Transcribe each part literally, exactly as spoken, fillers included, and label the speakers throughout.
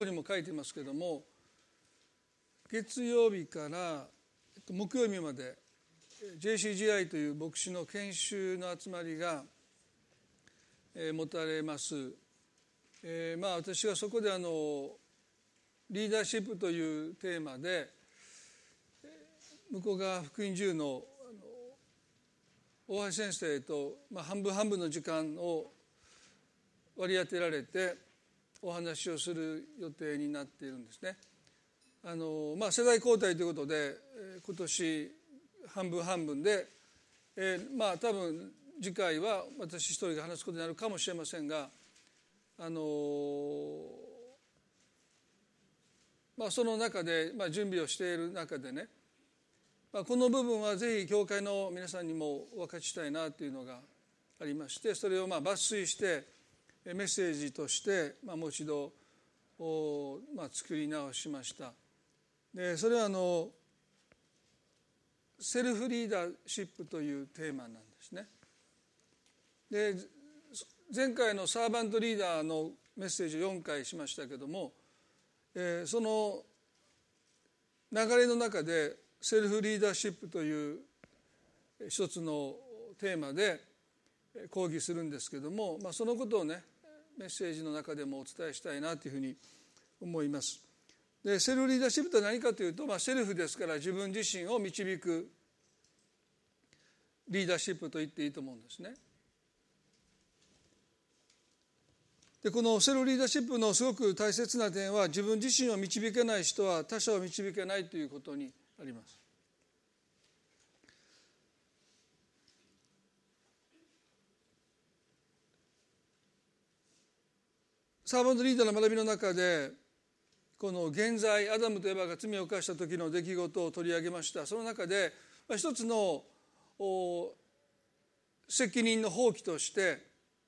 Speaker 1: ここにも書いていますけれども、月曜日から木曜日まで ジェイシージーアイ という牧師の研修の集まりが持たれます。えー、まあ私はそこであのリーダーシップというテーマで向こう側福音じゅうの大橋先生と、まあ、半分半分の時間を割り当てられてお話をする予定になっているんですね。あの、まあ、世代交代ということで今年半分半分で、えー、まあ多分次回は私一人が話すことになるかもしれませんが、あのまあ、その中で、まあ、準備をしている中でね、まあ、この部分はぜひ教会の皆さんにもお分かちしたいなというのがありまして、それをまあ抜粋してメッセージとして、まあ、もう一度、まあ、作り直しました。でそれはあのセルフリーダーシップというテーマなんですね。で前回のサーバントリーダーのメッセージをよんかいしましたけども、えー、その流れの中でセルフリーダーシップという一つのテーマで講義するんですけども、まあ、そのことをねメッセージの中でもお伝えしたいなというふうに思います。でセルフリーダーシップとは何かというと、まあ、セルフですから自分自身を導くリーダーシップと言っていいと思うんですね。でこのセルフリーダーシップのすごく大切な点は、自分自身を導けない人は他者を導けないということにあります。サーバントリーダーの学びの中でこの現在アダムとエバが罪を犯した時の出来事を取り上げました。その中で一つの責任の放棄として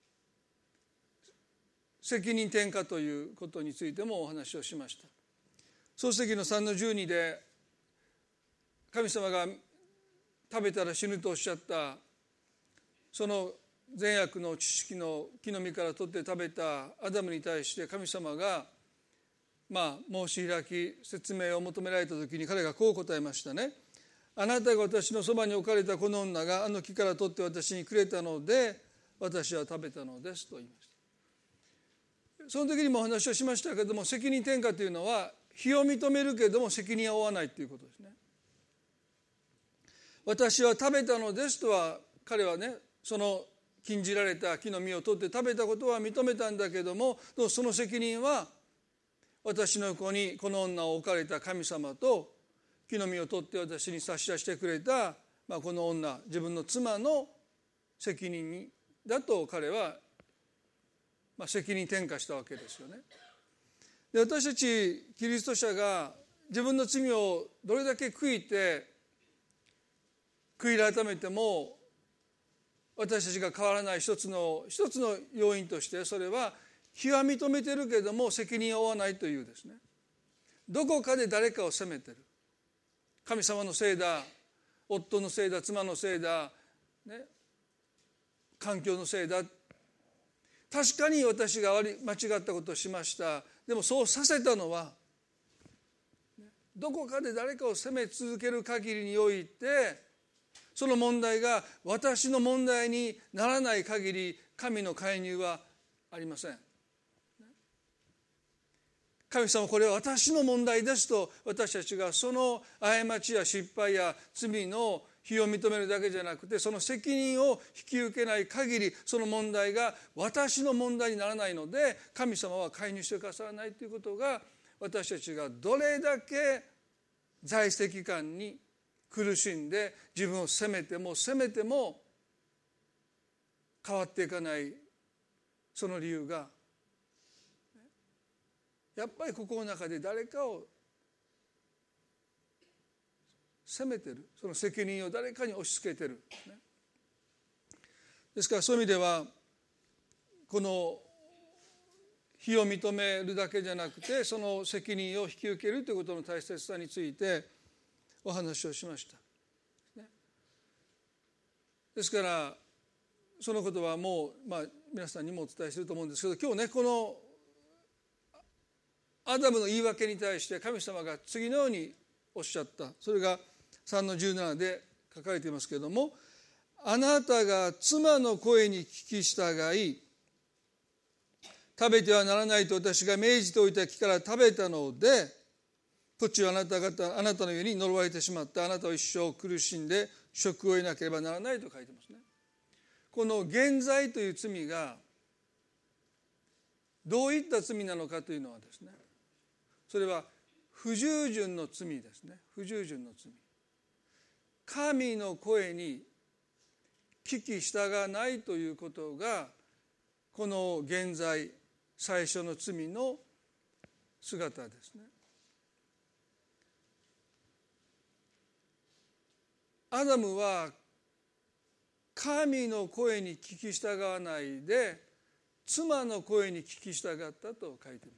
Speaker 1: 責任転嫁ということについてもお話をしました。創世記のさんのじゅうにで神様が食べたら死ぬとおっしゃったその善悪の知識の木の実から取って食べたアダムに対して神様がまあ申し開き説明を求められた時に彼がこう答えましたね。あなたが私のそばに置かれたこの女があの木から取って私にくれたので私は食べたのですと言いました。その時にもお話をしましたけれども、責任転嫁というのは非を認めるけれども責任は負わないということですね。私は食べたのですとは彼はね、その禁じられた木の実を取って食べたことは認めたんだけども、その責任は私の横にこの女を置かれた神様と木の実を取って私に差し出してくれた、まあ、この女自分の妻の責任だと彼は、まあ、責任転嫁したわけですよね。で私たちキリスト者が自分の罪をどれだけ悔いて悔い改めても私たちが変わらない一つの一つの要因として、それは非は認めてるけども責任を負わないというですね、どこかで誰かを責めてる。神様のせいだ、夫のせいだ、妻のせいだ、ね、環境のせいだ。確かに私が間違ったことをしました。でもそうさせたのはどこかで誰かを責め続ける限りにおいて、その問題が私の問題にならない限り神の介入はありません。神様これは私の問題ですと、私たちがその過ちや失敗や罪の非を認めるだけじゃなくて、その責任を引き受けない限りその問題が私の問題にならないので、神様は介入してくださらないということが、私たちがどれだけ在籍感に苦しんで自分を責めても責めても変わっていかないその理由が、やっぱり心の中で誰かを責めてる、その責任を誰かに押し付けてる。ですからそういう意味ではこの非を認めるだけじゃなくて、その責任を引き受けるということの大切さについてお話をしました。ですからそのことはもう、まあ、皆さんにもお伝えすると思うんですけど、今日ねこのアダムの言い訳に対して神様が次のようにおっしゃった。それがさんのじゅうななで書かれていますけれども、あなたが妻の声に聞き従い、食べてはならないと私が命じておいた木から食べたので、土地はあなた方、あなたの上に呪われてしまった。あなたは一生苦しんで職を得なければならないと書いてますね。この現在という罪がどういった罪なのかというのはですね、それは不従順の罪ですね。不従順の罪。神の声に聞き従わないということが、この現在最初の罪の姿ですね。アダムは神の声に聞き従わないで妻の声に聞き従ったと書いています。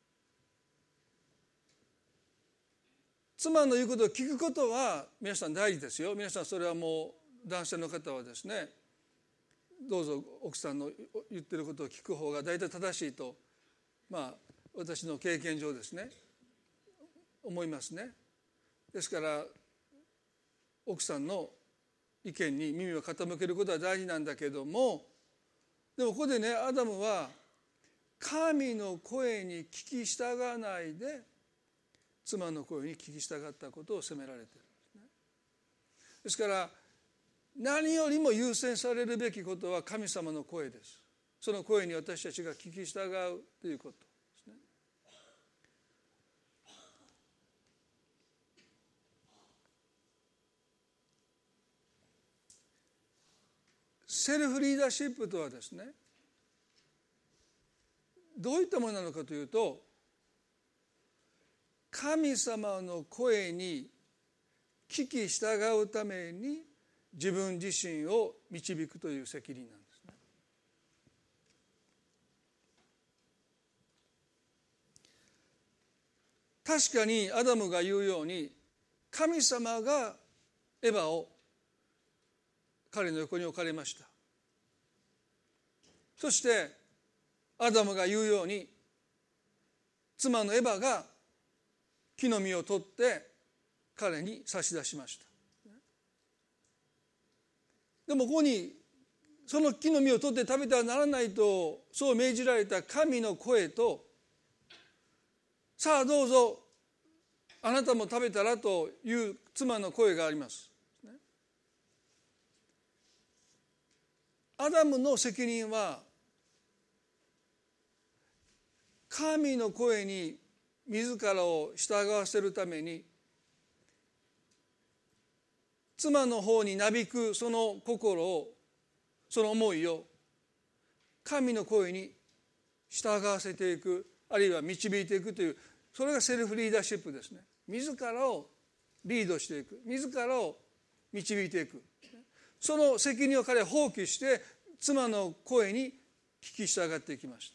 Speaker 1: 妻の言うことを聞くことは皆さん大事ですよ。皆さんそれはもう男性の方はですね、どうぞ奥さんの言ってることを聞く方が大体正しいと、まあ私の経験上ですね思いますね。ですから奥さんの意見に耳を傾けることは大事なんだけども、でもここでね、アダムは神の声に聞き従わないで妻の声に聞き従ったことを責められているんですね。ですから何よりも優先されるべきことは神様の声です。その声に私たちが聞き従うということですね。セルフリーダーシップとはですね、どういったものなのかというと、神様の声に聞き従うために自分自身を導くという責任なんですね。確かにアダムが言うように、神様がエバを彼の横に置かれました。そしてアダムが言うように、妻のエバが木の実を取って彼に差し出しました。でもここにその木の実を取って食べてはならないとそう命じられた神の声と、さあどうぞあなたも食べたらという妻の声があります。アダムの責任は神の声に自らを従わせるために、妻の方になびくその心を、その思いを神の声に従わせていく、あるいは導いていくという、それがセルフリーダーシップですね。自らをリードしていく、自らを導いていく、その責任を彼は放棄して妻の声に聞き従っていきました。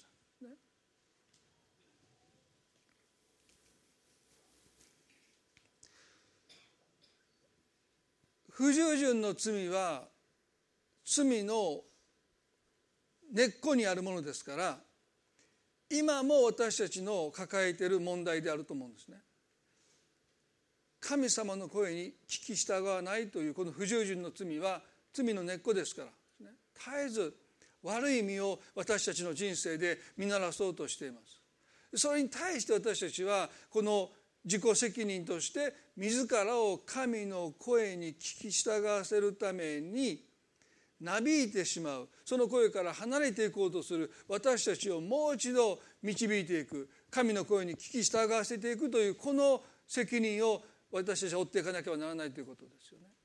Speaker 1: 不従順の罪は罪の根っこにあるものですから、今も私たちの抱えている問題であると思うんですね。神様の声に聞き従わないというこの不従順の罪は罪の根っこですから、絶えず悪い実を私たちの人生で見習そうとしています。それに対して私たちはこの自己責任として自らを神の声に聞き従わせるためになびいてしまう、その声から離れていこうとする私たちをもう一度導いていく、神の声に聞き従わせていくというこの責任を私たちは負っていかなければならないということですよね。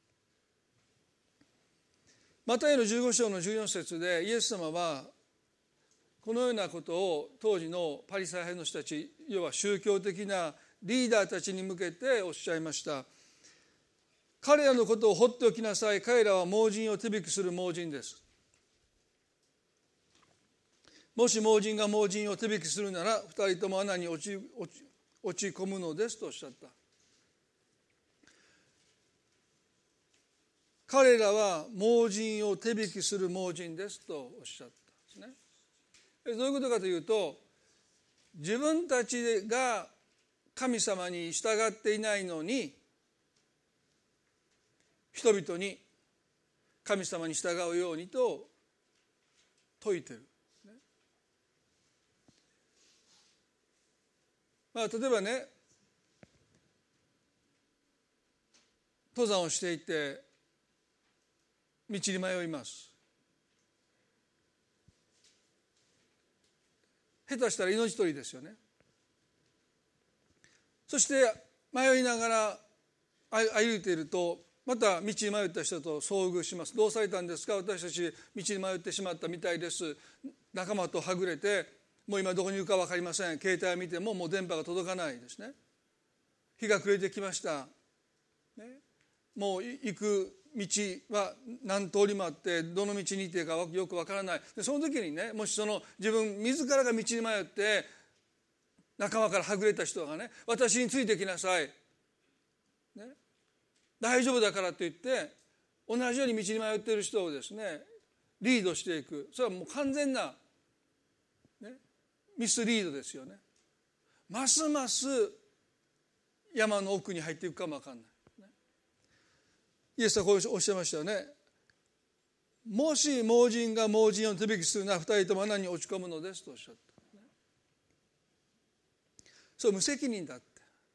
Speaker 1: マタイのじゅうご章のじゅうよん節でイエス様はこのようなことを当時のパリサイ派の人たち、要は宗教的なリーダーたちに向けておっしゃいました。彼らのことを放っておきなさい。彼らは盲人を手引きする盲人です。もし盲人が盲人を手引きするなら二人とも穴に落ち、落ち、落ち込むのですとおっしゃった。彼らは盲人を手引きする盲人ですとおっしゃったんですね。どういうことかというと、 自分たちが神様に従っていないのに人々に神様に従うようにと説いてる。まあ、例えばね、登山をしていて道に迷います。下手したら命取りですよね。そして迷いながら歩いているとまた道に迷った人と遭遇します。どうされたんですか。私たち道に迷ってしまったみたいです。仲間とはぐれてもう今どこにいるか分かりません。携帯を見てももう電波が届かないですね。日が暮れてきました、ね、もう行く道は何通りもあってどの道に行っていいかよく分からない。でその時にね、もしその自分自らが道に迷って仲間からはぐれた人がね、私についてきなさい、ね、大丈夫だからと言って同じように道に迷っている人をですねリードしていく。それはもう完全な、ね、ミスリードですよね。ますます山の奥に入っていくかも分かんない。イエスはこうおっしゃいましたよね。もし盲人が盲人を手引きするなら二人とも穴に落ち込むのですとおっしゃった。そう無責任だって。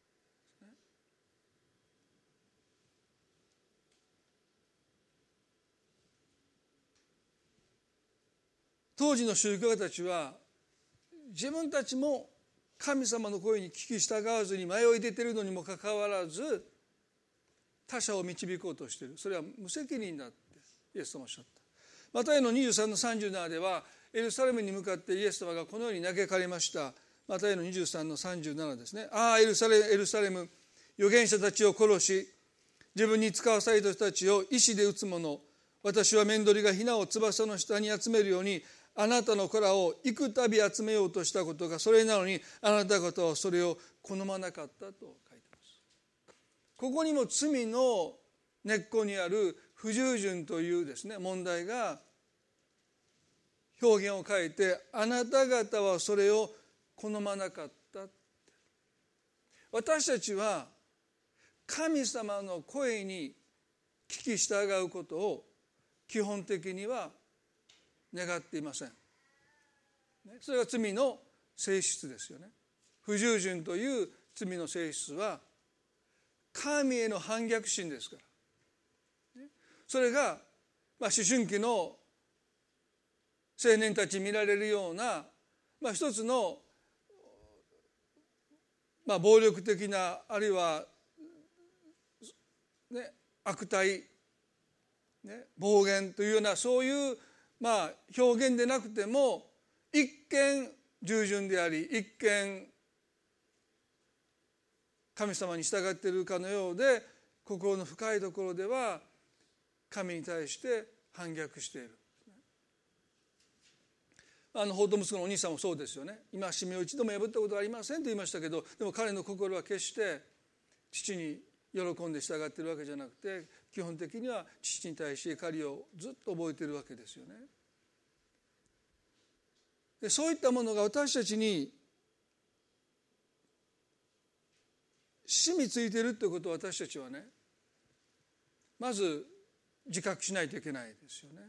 Speaker 1: 当時の宗教家たちは自分たちも神様の声に聞き従わずに迷い出ているのにもかかわらず他者を導こうとしている。それは無責任だってイエス様おっしゃった。マタイのにじゅうさんのさんじゅうななではエルサレムに向かってイエス様がこのように嘆かれました。マタイのにじゅうさんのさんじゅうななですね。ああエルサレムエルサレム、預言者たちを殺し自分に使わされた人たちを石で撃つ者、私は面取りが雛を翼の下に集めるようにあなたの子らを幾度集めようとしたことが、それなのにあなた方はそれを好まなかったと書いてます。ここにも罪の根っこにある不従順というですね問題が表現を変えて、あなた方はそれを好まなかった。私たちは神様の声に聞き従うことを基本的には願っていません。それが罪の性質ですよね。不従順という罪の性質は神への反逆心ですから。それが、まあ、思春期の青年たちに見られるような、まあ、一つの、まあ、暴力的なあるいは、ね、悪態、ね、暴言というようなそういうまあ、表現でなくても一見従順であり一見神様に従っているかのようで心の深いところでは神に対して反逆している。あの法と息子のお兄さんもそうですよね。今しめを一度も破ったことはありませんと言いましたけど、でも彼の心は決して父に喜んで従っているわけじゃなくて、基本的には父に対して怒りをずっと覚えているわけですよね。でそういったものが私たちに染みついているということを私たちはねまず自覚しないといけないですよね。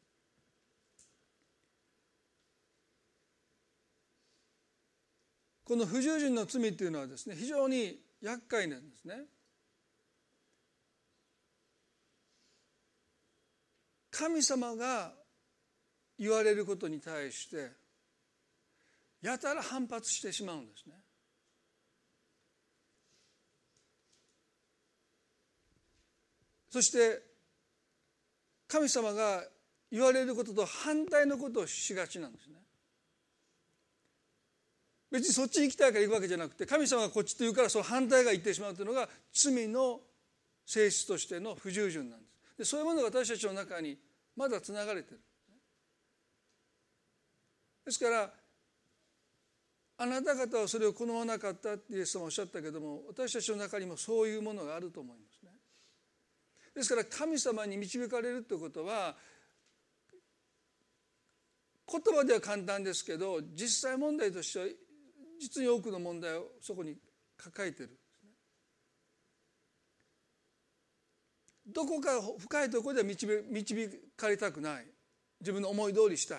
Speaker 1: この不従順の罪っていうのはですね非常に厄介なんですね。神様が言われることに対してやたら反発してしまうんですね。そして神様が言われることと反対のことをしがちなんですね。別にそっちに行きたいから行くわけじゃなくて、神様がこっちと言うからその反対が言ってしまうというのが罪の性質としての不従順なんです。でそういうものが私たちの中にまだつながれている。ですからあなた方はそれを好まなかったってイエス様おっしゃったけども、私たちの中にもそういうものがあると思いますね。ですから神様に導かれるということは言葉では簡単ですけど実際問題としては実に多くの問題をそこに抱えている。どこか深いところで導導かれたくない。自分の思い通りしたい。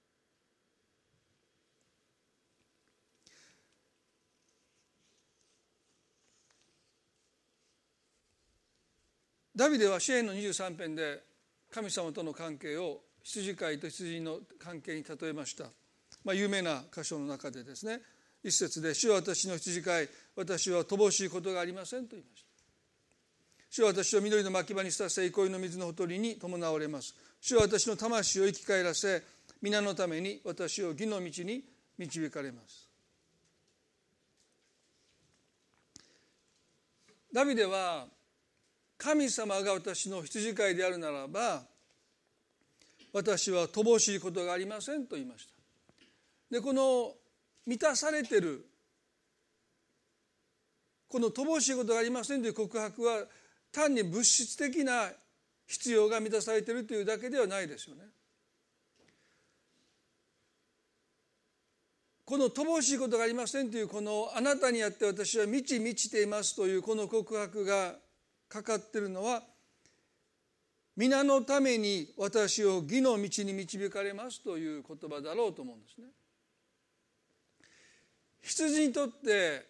Speaker 1: ダビデは詩篇のにじゅうさん編で神様との関係を羊飼いと羊の関係に例えました。まあ、有名な箇所の中でですね、一節で主は私の羊飼い、私は乏しいことがありませんと言いました。主は私を緑の牧場にさせ、憩いの水のほとりに伴われます。主は私の魂を生き返らせ、皆のために私を義の道に導かれます。ダビデは神様が私の羊飼いであるならば、私は乏しいことがありませんと言いました。で、この満たされている、この乏しいことがありませんという告白は、単に物質的な必要が満たされているというだけではないですよね。この乏しいことがありませんという、このあなたにあって私は満ち満ちていますというこの告白がかかっているのは、皆のために私を義の道に導かれますという言葉だろうと思うんですね。羊にとって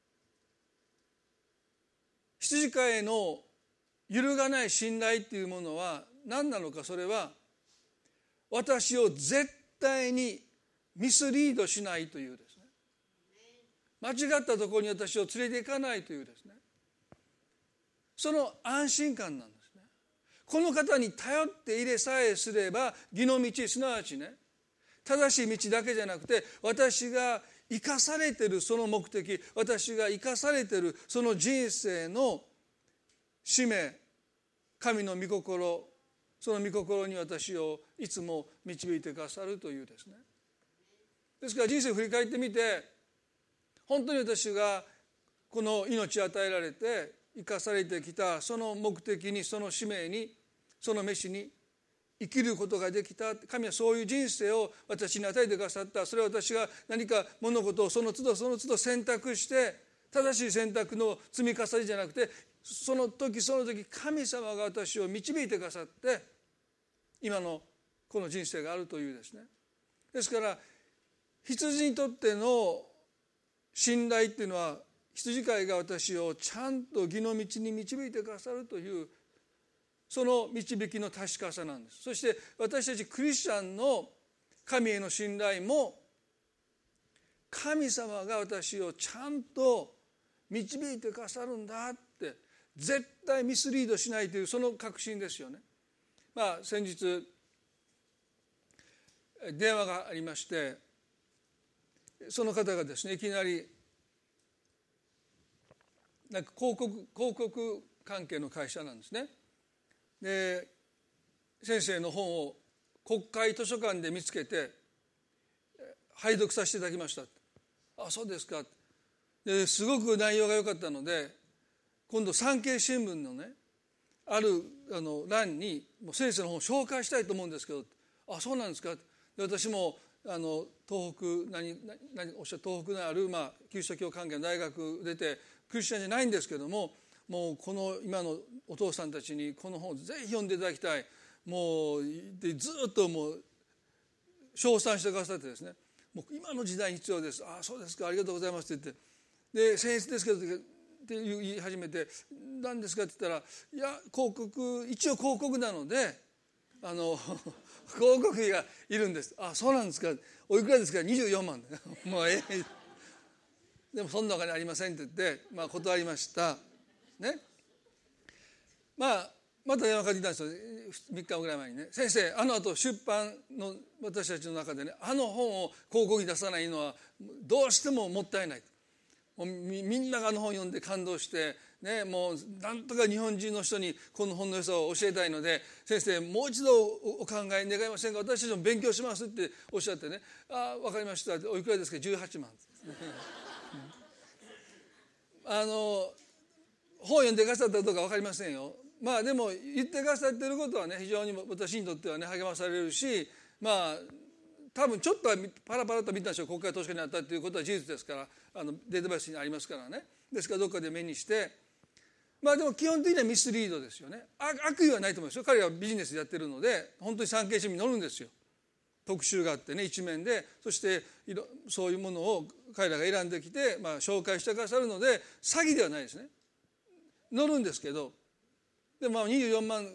Speaker 1: 羊飼いへの揺るがない信頼というものは何なのか。それは私を絶対にミスリードしないというですね、間違ったところに私を連れて行かないというですね、その安心感なんですね。この方に頼って入れさえすれば義の道、すなわちね、正しい道だけじゃなくて、私が生かされているその目的、私が生かされているその人生の使命、神の御心、その御心に私をいつも導いてくださるというですね。ですから人生を振り返ってみて、本当に私がこの命を与えられて生かされてきたその目的に、その使命に、その召しに生きることができた。神はそういう人生を私に与えてくださった。それは私が何か物事をその都度その都度選択して、正しい選択の積み重ねじゃなくて、その時その時神様が私を導いてくださって今のこの人生があるというですね。ですから羊にとっての信頼っていうのは、羊飼いが私をちゃんと義の道に導いてくださるという、その導きの確かさなんです。そして私たちクリスチャンの神への信頼も、神様が私をちゃんと導いてくださるんだって、絶対ミスリードしないというその確信ですよね。まあ先日電話がありまして、その方がですね、いきなりなんか広告広告関係の会社なんですね。で、先生の本を国会図書館で見つけて拝読させていただきました。あ、そうですか。ですごく内容が良かったので、今度産経新聞のね、あるあの欄にもう先生の本を紹介したいと思うんですけど、あ、そうなんですか。で、私もあの東北何何おっしゃる東北のある、まあ、キリスト教関係の大学出てクリスチャンじゃないんですけども、もうこの今のお父さんたちにこの本をぜひ読んでいただきたい、もうでずっともう称賛してくださってですね、もう今の時代に必要です。あ、そうですか、ありがとうございますって言って、で先生ですけどって言い始めて、何ですかって言ったら、いや広告、一応広告なのであの広告費がいるんです。あ、そうなんですか。おいくらですか。にじゅうよんまんもうええでもそんなお金ありませんって言って、まあ、断りましたね。まあまた電話かけてきたんですよ、みっかぐらい前にね。先生、あの後出版の私たちの中でね、あの本を広告に出さないのはどうしてももったいない。もう み, みんながあの本を読んで感動して、ね、もうなんとか日本人の人にこの本の良さを教えたいので、先生もう一度お考え願いませんか。私たちも勉強しますっておっしゃってね。あ、分かりました。おいくらですか。じゅうはちまんあの本読んでくださったかどうか分かりませんよ。まあでも言ってくださっていることはね、非常に私にとってはね励まされるし、まあ多分ちょっとはパラパラと見たんでしょう。国会図書館にあったということは事実ですから、あのデータベースにありますからね。ですからどっかで目にして、まあでも基本的にはミスリードですよね。悪意はないと思いますよ。彼はビジネスでやってるので本当に産経新聞に載るんですよ。特集があってね、一面で、そしてそういうものを彼らが選んできて、まあ、紹介してくださるので詐欺ではないですね。載るんですけど、でまあにじゅうよんまん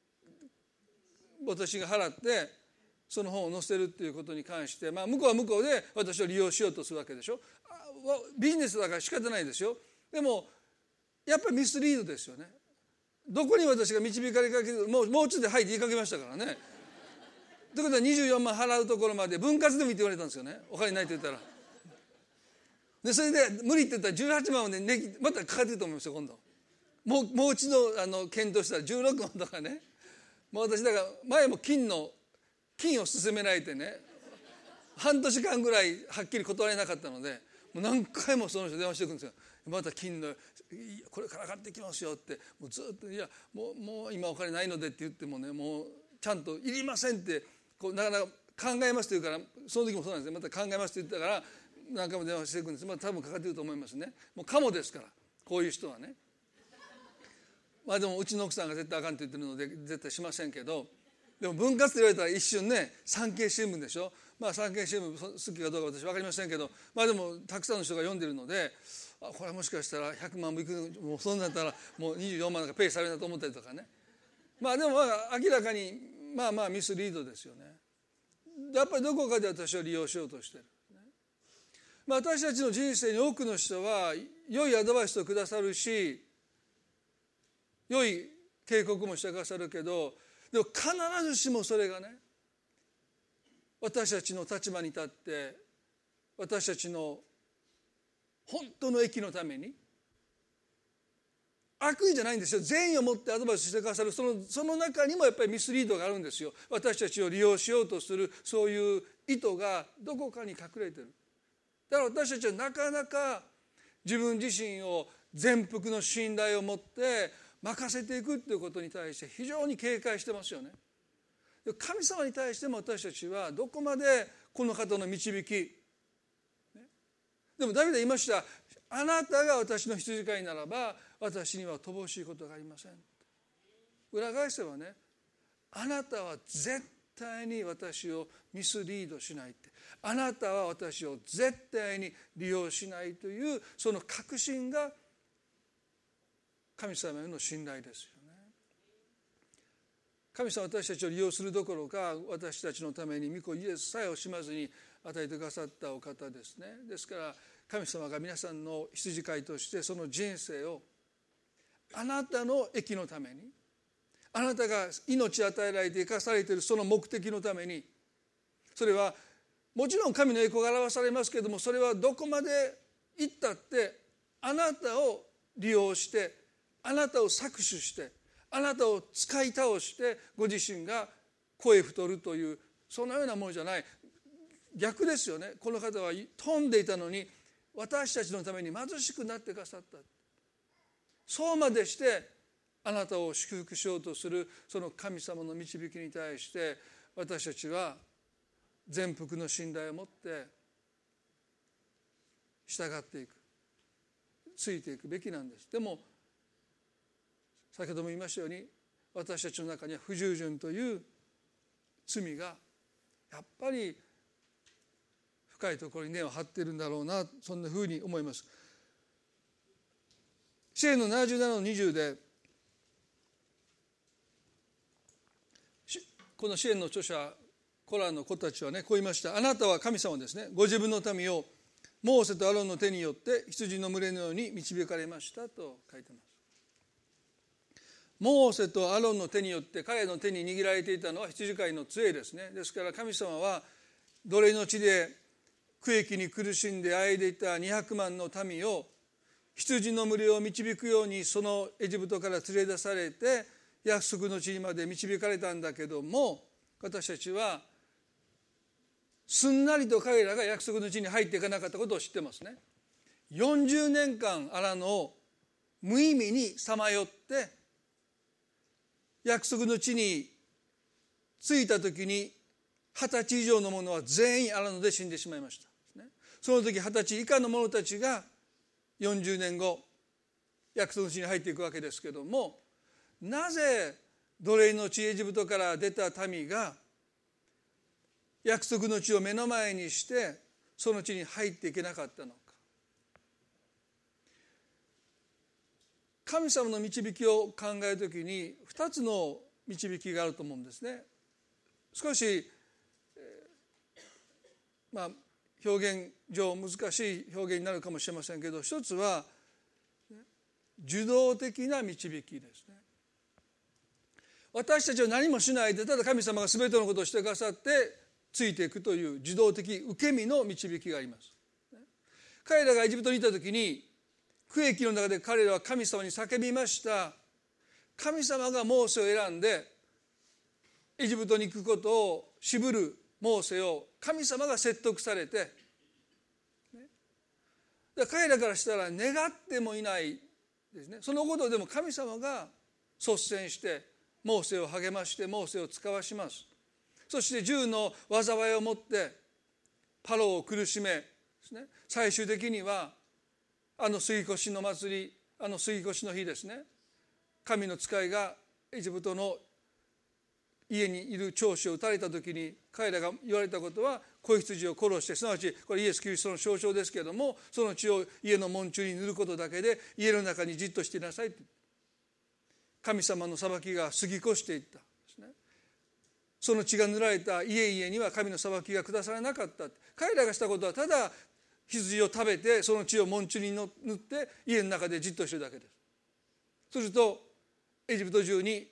Speaker 1: 私が払ってその本を載せるっていうことに関して、まあ、向こうは向こうで私を利用しようとするわけでしょ。ビジネスだから仕方ないですよ。でもやっぱりミスリードですよね。どこに私が導かれかける、もうもうちょっとはいって言いかけましたからね。ということはにじゅうよんまん払うところまで分割でもいいって言われたんですよね。お金ないって言ったら。でそれで無理って言ったらじゅうはちまんまでネギまたかかってると思いますよ今度。もうもう一度あの検討したらじゅうろくまんとかね。もう私だから前も金の金を勧められてね、半年間ぐらいはっきり断れなかったので、もう何回もその人電話してくるんですよ。また金のこれから買ってきますよって、もうずっといやもうもう今お金ないのでって言ってもね、もうちゃんといりませんってこうなかなか考えますと言うから、その時もそうなんですね。また考えますと言ったから何回も電話してくるんです。まあ多分かかってると思いますね。もうカモですからこういう人はね。まあでもうちの奥さんが絶対あかんって言ってるので絶対しませんけど、でも分割って言われたら一瞬ね、産経新聞でしょ。まあ産経新聞好きかどうか私分かりませんけど、まあでもたくさんの人が読んでるので、あこれはもしかしたらひゃくまんもいく、もうそんなったらもうにじゅうよんまんなんかペイされるなと思ったりとかね。まあでもまあ明らかにまあまあミスリードですよね。やっぱりどこかで私を利用しようとしてる。まあ、私たちの人生に多くの人は良いアドバイスをくださるし、良い警告もしてくださるけど、でも必ずしもそれがね、私たちの立場に立って私たちの本当の益のために、悪意じゃないんですよ。善意を持ってアドバイスしてくださる、そのその中にもやっぱりミスリードがあるんですよ。私たちを利用しようとするそういう意図がどこかに隠れてる。だから私たちはなかなか自分自身を全幅の信頼を持って任せていくということに対して非常に警戒してますよね。神様に対しても私たちはどこまでこの方の導き、でもダビデは言いました。あなたが私の羊飼いならば私には乏しいことがありません。裏返せばね、あなたは絶対に私をミスリードしないって、あなたは私を絶対に利用しないというその確信が神様への信頼ですよね。神様は私たちを利用するどころか、私たちのために御子イエスさえ惜しまずに与えてくださったお方ですね。ですから神様が皆さんの羊飼いとしてその人生をあなたの益のために、あなたが命を与えられて生かされているその目的のために、それはもちろん神の栄光が表されますけれども、それはどこまで行ったってあなたを利用して、あなたを搾取して、あなたを使い倒してご自身が肥え太るという、そんなようなものじゃない。逆ですよね。この方は富んでいたのに私たちのために貧しくなってくださった。そうまでしてあなたを祝福しようとするその神様の導きに対して私たちは全幅の信頼を持って従っていく、ついていくべきなんです。でも先ほども言いましたように、私たちの中には不従順という罪がやっぱり深いところに根を張っているんだろうな、そんなふうに思います。詩篇のななじゅうななのにじゅうで、この詩篇の著者コランの子たちはね、こう言いました。あなたは神様ですね、ご自分の民をモーセとアロンの手によって羊の群れのように導かれましたと書いてます。モーセとアロンの手によって、彼の手に握られていたのは羊飼いの杖ですね。ですから神様は奴隷の地で苦役に苦しんであえいでいたにひゃくまんの民を羊の群れを導くようにそのエジプトから連れ出されて約束の地にまで導かれたんだけども、私たちはすんなりと彼らが約束の地に入っていかなかったことを知ってますね。よんじゅうねんかんアラノを無意味にさまよって約束の地に着いた時に二十歳以上の者は全員荒野で死んでしまいました。その時二十歳以下の者たちがよんじゅうねんご約束の地に入っていくわけですけども、なぜ奴隷の地エジプトから出た民が約束の地を目の前にしてその地に入っていけなかったのか。神様の導きを考えるときに二つの導きがあると思うんですね。少し、えー、まあ表現上難しい表現になるかもしれませんけど、一つは受動的な導きですね。私たちは何もしないでただ神様が全てのことをしてくださってついていくという受動的受け身の導きがあります。彼らがエジプトにいた時に区域の中で彼らは神様に叫びました。神様がモーセを選んでエジプトに行くことを渋るモーセを神様が説得されて、彼らからしたら願ってもいないですね。そのことでも神様が率先してモーセを励ましてモーセを使わします。そして十の災いをもってパロを苦しめですね、最終的にはあの杉越の祭り、あの杉越の日ですね、神の使いがエジプトの家にいる長子を撃たれた時に彼らが言われたことは、子羊を殺して、すなわちこれイエス・キリストの象徴ですけれども、その血を家の門中に塗ることだけで家の中にじっとしていなさいって、神様の裁きが過ぎ越していったですね。その血が塗られた家々には神の裁きが下されなかった。彼らがしたことはただ羊を食べてその血を門中に塗って家の中でじっとしているだけです。そうするとエジプト中に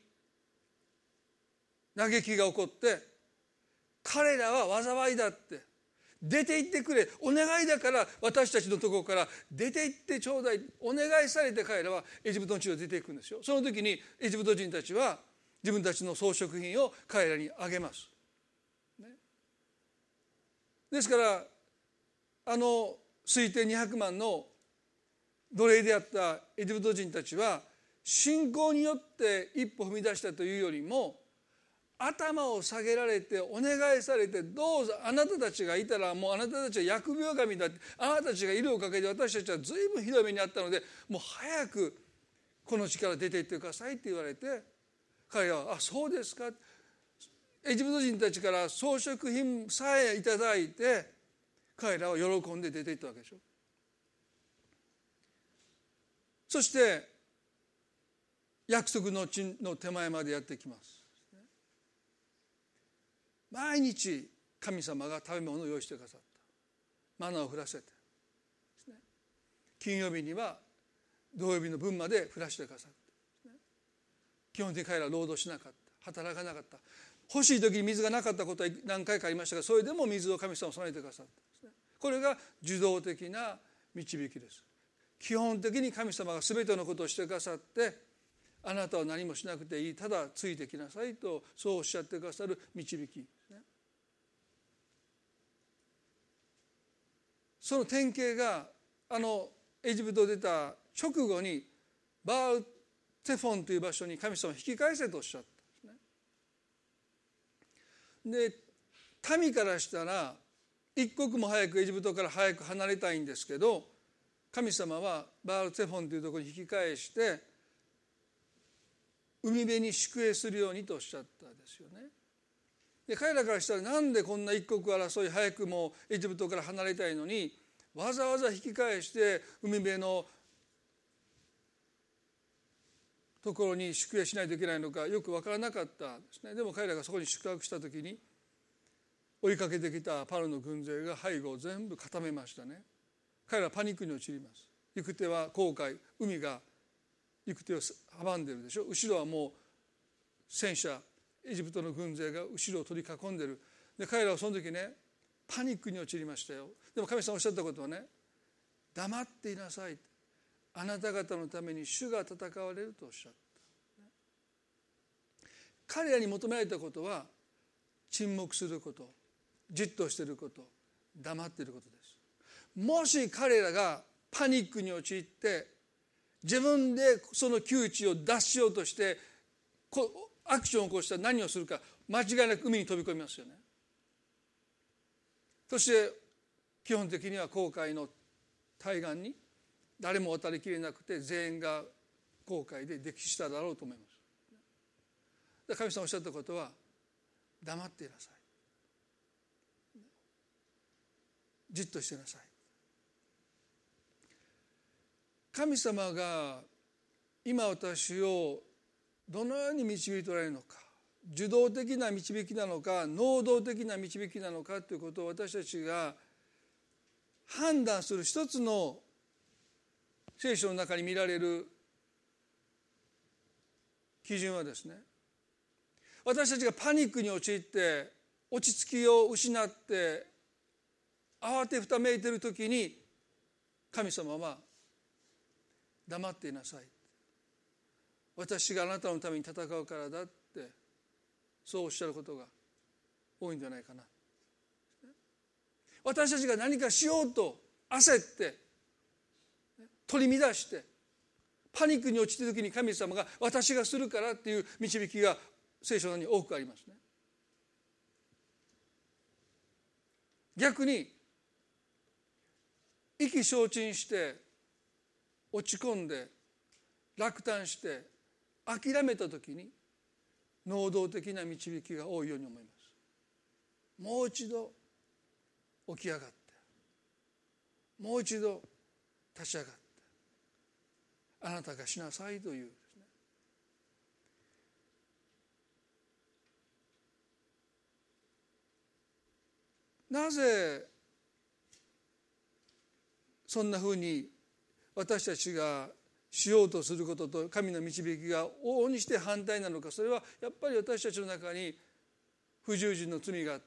Speaker 1: 嘆きが起こって、彼らは災いだって、出て行ってくれ、お願いだから私たちのところから出て行ってちょうだい、お願いされて彼らはエジプトの地を出ていくんですよ。その時にエジプト人たちは自分たちの装飾品を彼らにあげます、ね、ですからあの推定にひゃくまんの奴隷であったエジプト人たちは信仰によって一歩踏み出したというよりも、頭を下げられてお願いされて、どうぞあなたたちがいたらもうあなたたちは疫病神だって、あなたたちがいるおかげで私たちは随分ひどい目にあったので、もう早くこの地から出て行ってくださいって言われて、彼らはあそうですか、エジプト人たちから装飾品さえいただいて彼らは喜んで出て行ったわけでしょ。そして約束の地の手前までやってきます。毎日神様が食べ物を用意してくださった。マナを降らせて、金曜日には土曜日の分まで降らしてくださった。基本的に彼らは労働しなかった、働かなかった。欲しい時に水がなかったことは何回かありましたが、それでも水を神様を備えてくださった。これが受動的な導きです。基本的に神様が全てのことをしてくださって、あなたは何もしなくていい、ただついてきなさいとそうおっしゃってくださる導きですね。その典型があのエジプトを出た直後にバールテフォンという場所に神様を引き返せとおっしゃったんですね。で民からしたら一刻も早くエジプトから早く離れたいんですけど、神様はバールテフォンというところに引き返して海辺に宿営するようにとおっしゃったんですよね。で彼らからしたら、なんでこんな一刻争い、早くもエジプトから離れたいのにわざわざ引き返して海辺のところに宿営しないといけないのかよく分からなかったんですね。でも彼らがそこに宿泊した時に追いかけてきたパロの軍勢が背後を全部固めましたね。彼らはパニックに陥ります。行く手は紅海、海が行く手を阻んでるでしょ。後ろはもう戦車、エジプトの軍勢が後ろを取り囲んでる。で彼らはその時ねパニックに陥りましたよ。でも神様おっしゃったことはね、黙っていなさい、あなた方のために主が戦われるとおっしゃった。彼らに求められたことは沈黙すること、じっとしていること、黙っていることです。もし彼らがパニックに陥って自分でその窮地を脱しようとしてアクションを起こしたら何をするか、間違いなく海に飛び込みますよね。 そして基本的には紅海の対岸に誰も渡りきれなくて全員が紅海で溺死しただろうと思います。神様おっしゃったことは、黙っていなさい、じっとしてなさい。神様が今私をどのように導いておられるのか、受動的な導きなのか能動的な導きなのかということを私たちが判断する一つの聖書の中に見られる基準はですね、私たちがパニックに陥って落ち着きを失って慌てふためいている時に、神様は黙っていなさい、私があなたのために戦うからだってそうおっしゃることが多いんじゃないかな。私たちが何かしようと焦って取り乱してパニックに陥った時に、神様が私がするからっていう導きが聖書に多くありますね。逆に意気消沈して落ち込んで落胆して諦めた時に能動的な導きが多いように思います。もう一度起き上がって、もう一度立ち上がって、あなたがしなさいというですね。なぜそんなふうに私たちがしようとすることと神の導きが往々にして反対なのか。それはやっぱり私たちの中に不従順の罪があって、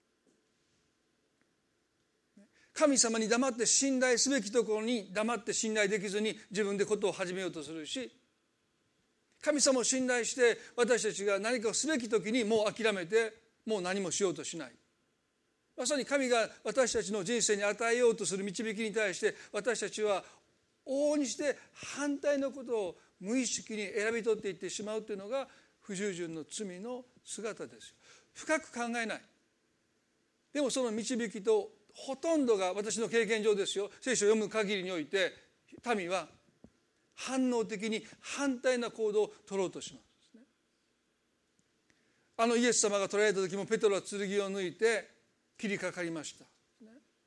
Speaker 1: 神様に黙って信頼すべきところに黙って信頼できずに自分でことを始めようとするし、神様を信頼して私たちが何かをすべき時にもう諦めてもう何もしようとしない。まさに神が私たちの人生に与えようとする導きに対して私たちは往々にして反対のことを無意識に選び取っていってしまうというのが不従順の罪の姿ですよ。深く考えない。でもその導きとほとんどが私の経験上ですよ、聖書を読む限りにおいて民は反応的に反対な行動を取ろうとします、ね、あのイエス様が捕らえた時もペトロは剣を抜いて切りかかりました、ね、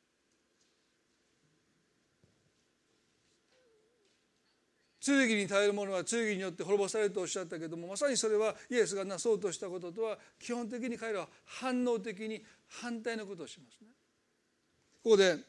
Speaker 1: 剣に頼る者は剣によって滅ぼされるとおっしゃったけれども、まさにそれはイエスがなそうとしたこととは基本的に彼らは反応的に反対のことをしますね。ここで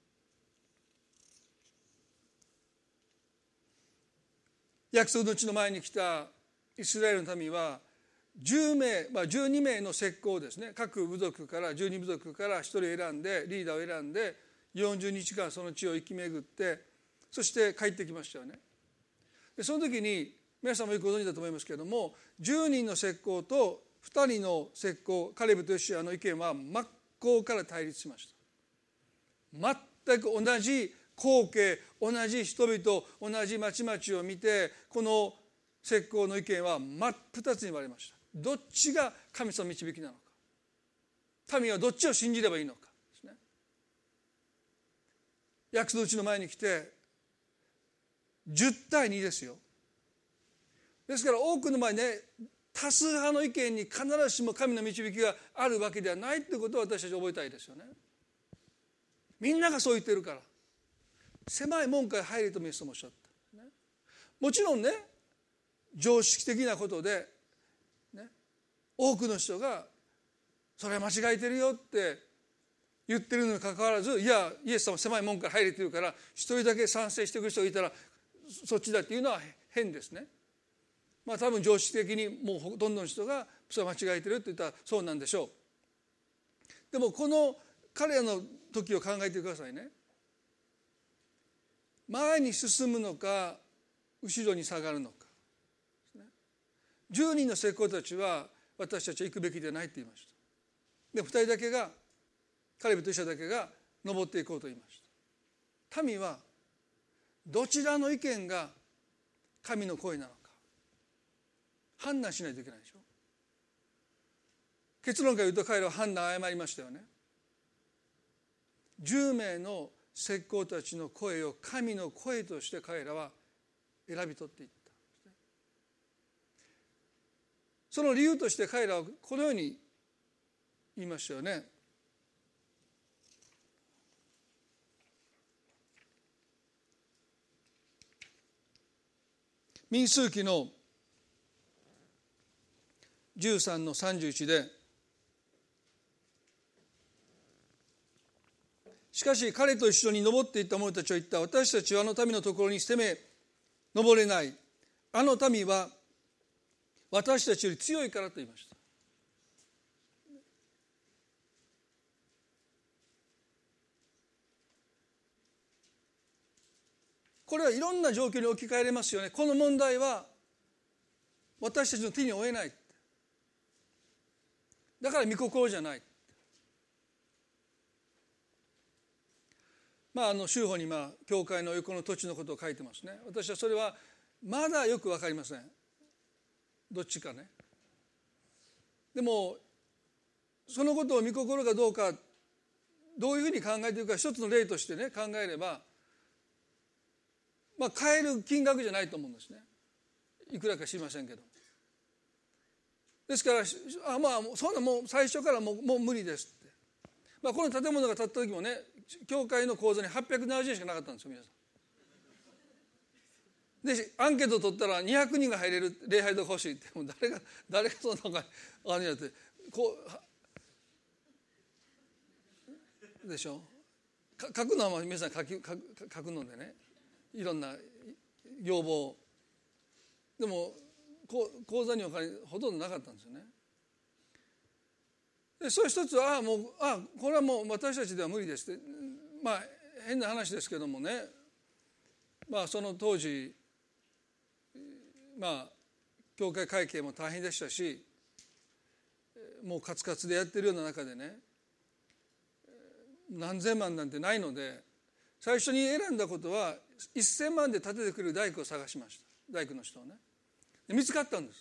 Speaker 1: 約束の地の前に来たイスラエルの民はじゅうめい、まあ、じゅうにめいの石膏をですね、各部族からじゅうに部族からひとり選んでリーダーを選んでよんじゅうにちかんその地を行き巡って、そして帰ってきましたよね。でその時に皆さんもよくご存知だと思いますけれども、じゅうにんの石膏とふたりの石膏カレブとヨシュアの意見は真っ向から対立しました。全く同じ光景、同じ人々、同じ町々を見て、この石膏の意見は真っ二つに割れました。どっちが神様の導きなのか、民はどっちを信じればいいのかですね。約束の地の前に来てじゅうたいにですよ。ですから多くの場合ね、多数派の意見に必ずしも神の導きがあるわけではないということを私たち覚えたいですよね。みんながそう言ってるから狭い門から入れとイエス様おっしゃった、ね、もちろんね常識的なことで、ね、多くの人がそれは間違えてるよって言ってるのにかかわらず、いやイエス様狭い門から入れて言うから一人だけ賛成してくる人がいたらそっちだっていうのは変ですね。まあ多分常識的にもうほとんどの人がそれは間違えてるって言ったらそうなんでしょう。でもこの彼らの時を考えてくださいね。前に進むのか後ろに下がるのか。じゅうにんの石膏たちは私たちは行くべきではないって言いました。でふたりだけが、カレブとヨシュアだけが登っていこうと言いました。民はどちらの意見が神の声なのか判断しないといけないでしょ。結論から言うと彼らは判断を誤りましたよね。 じゅうめいの石膏たちの声を神の声として彼らは選び取っていった。その理由として彼らはこのように言いましたよね。民数記のじゅうさんのさんじゅういちで、しかし彼と一緒に登っていった者たちは言った。私たちはあの民のところに攻め登れない。あの民は私たちより強いからと言いました。これはいろんな状況に置き換えられますよね。この問題は私たちの手に負えない。だから御心じゃない。まああの州法にまあ教会の横の土地のことを書いてますね。私はそれはまだよく分かりません。どっちかね。でもそのことを御心かどうか、どういうふうに考えているか一つの例としてね考えれば、まあ買える金額じゃないと思うんですね。いくらか知りませんけど。ですからあまあそんなもう最初からもうもう無理ですって。まあこの建物が建った時もね、教会の口座にはっぴゃくななじゅうえんしかなかったんですよ皆さん。でアンケート取ったらにひゃくにんが入れる礼拝堂が欲しいって、もう誰が誰がそんなのがあれやってこうでしょ。書くのは皆さん書き書く書くのでね、いろんな要望。でも口座にお金ほとんどなかったんですよね。でそれ一つはあもうあこれはもう私たちでは無理ですって、まあ変な話ですけどもね、まあその当時まあ教会会計も大変でしたし、もうカツカツでやってるような中でね、何千万なんてないので、最初に選んだことはせんまんで建ててくれる大工を探しました。大工の人をね、で見つかったんです。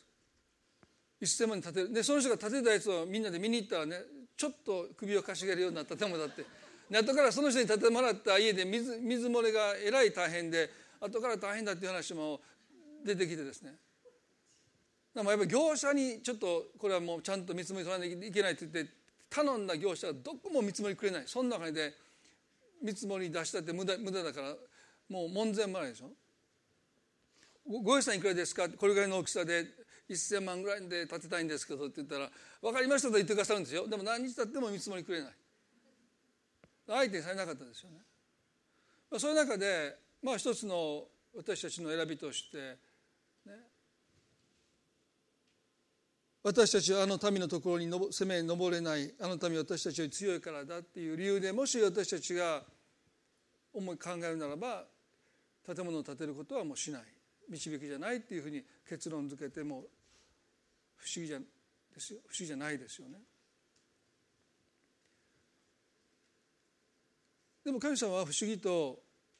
Speaker 1: せんまんで建てる。でその人が建てたやつをみんなで見に行ったらね、ちょっと首をかしげるようになった建物だって。で後からその人に建ててもらった家で 水, 水漏れがえらい大変で、後から大変だっていう話も出てきてですね、でもやっぱり業者にちょっとこれはもうちゃんと見積もり取らなきゃいけないって言って頼んだ業者がどこも見積もりくれない。そんな中で見積もり出したって無駄無駄だからもう門前払いでしょ。ご予算いくらですか、これぐらいの大きさでせんまんぐらいで建てたいんですけどって言ったら、分かりましたと言ってくださるんですよ。でも何日経っても見積もりくれない。相手にされなかったですよね。そういう中でまあ一つの私たちの選びとして、ね、私たちはあの民のところに攻め登れない、あの民は私たちより強いからだっていう理由で、もし私たちが思い考えるならば、建物を建てることはもうしない、導きじゃないっていうふうに結論付けても不思議じゃですよ、不思議じゃないですよね。でも神様は不思議と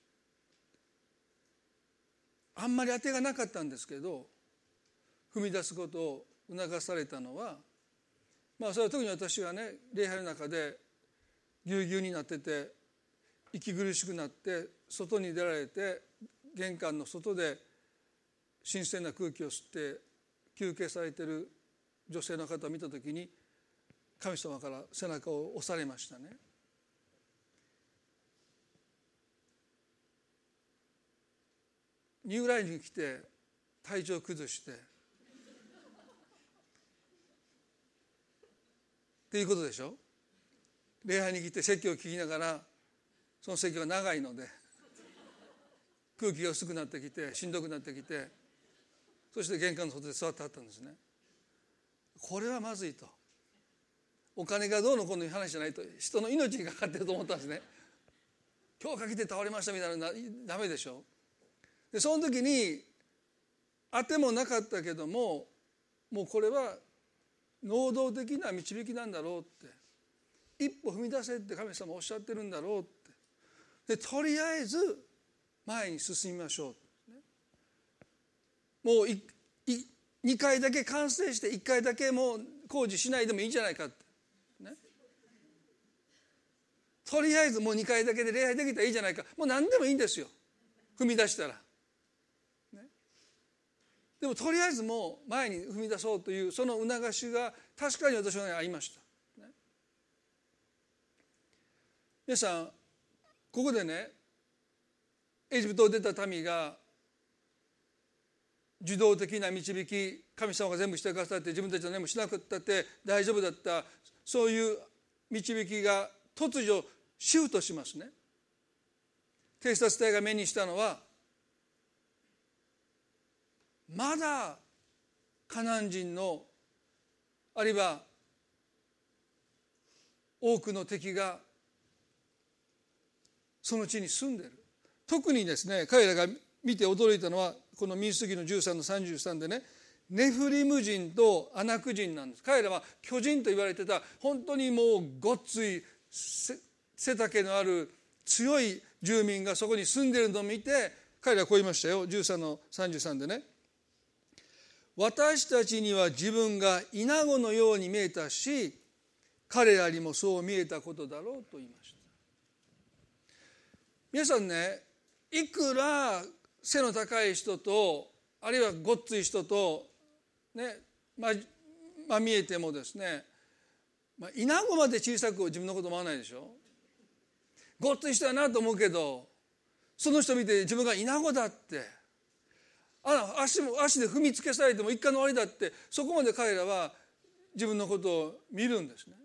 Speaker 1: あんまり当てがなかったんですけど、踏み出すことを促されたのは、まあそれは特に私がね礼拝の中でぎゅうぎゅうになってて息苦しくなって外に出られて玄関の外で新鮮な空気を吸って休憩されている女性の方を見たときに、神様から背中を押されましたね。ニューラインに来て体調を崩してっていうことでしょ。礼拝に来て説教を聞きながら、その説教が長いので空気が薄くなってきてしんどくなってきて、そして玄関の外で座ってはったんですね。これはまずいと。お金がどうのこうのいう話じゃないと、人の命にかかってると思ったんですね。今日かけて倒れましたみたいなのダメでしょ。でその時に当てもなかったけども、もうこれは能動的な導きなんだろうって、一歩踏み出せって神様おっしゃってるんだろうって、でとりあえず前に進みましょう。もういいにかいだけ完成していっかいだけもう工事しないでもいいんじゃないかって、ね、 とりあえずもうにかいだけで礼拝できたらいいじゃないか、もう何でもいいんですよ、踏み出したら、ね、でもとりあえずもう前に踏み出そうというその促しが確かに私の中にありました、ね、皆さんここでね、エジプトを出た民が受動的な導き、神様が全部してくださって自分たちの何もしなくったって大丈夫だった、そういう導きが突如シフトしますね。偵察隊が目にしたのは、まだカナン人のあるいは多くの敵がその地に住んでいる。特にですね、彼らが見て驚いたのはこの民数記のじゅうさんのさんじゅうさんでね、ネフリム人とアナク人なんです。彼らは巨人と言われてた、本当にもうごっつい背丈のある強い住民がそこに住んでいるのを見て、彼らはこう言いましたよ。じゅうさんのさんじゅうさんでね、私たちには自分がイナゴのように見えたし、彼らにもそう見えたことだろうと言いました。皆さんね、いくら背の高い人とあるいはごっつい人とね、まあ、まあ見えてもですね、まあ、イナゴまで小さく自分のこと思わないでしょ。ごっつい人やなと思うけど、その人見て自分がイナゴだって、あ足も足で踏みつけされても一回の終わりだって、そこまで彼らは自分のことを見るんですね。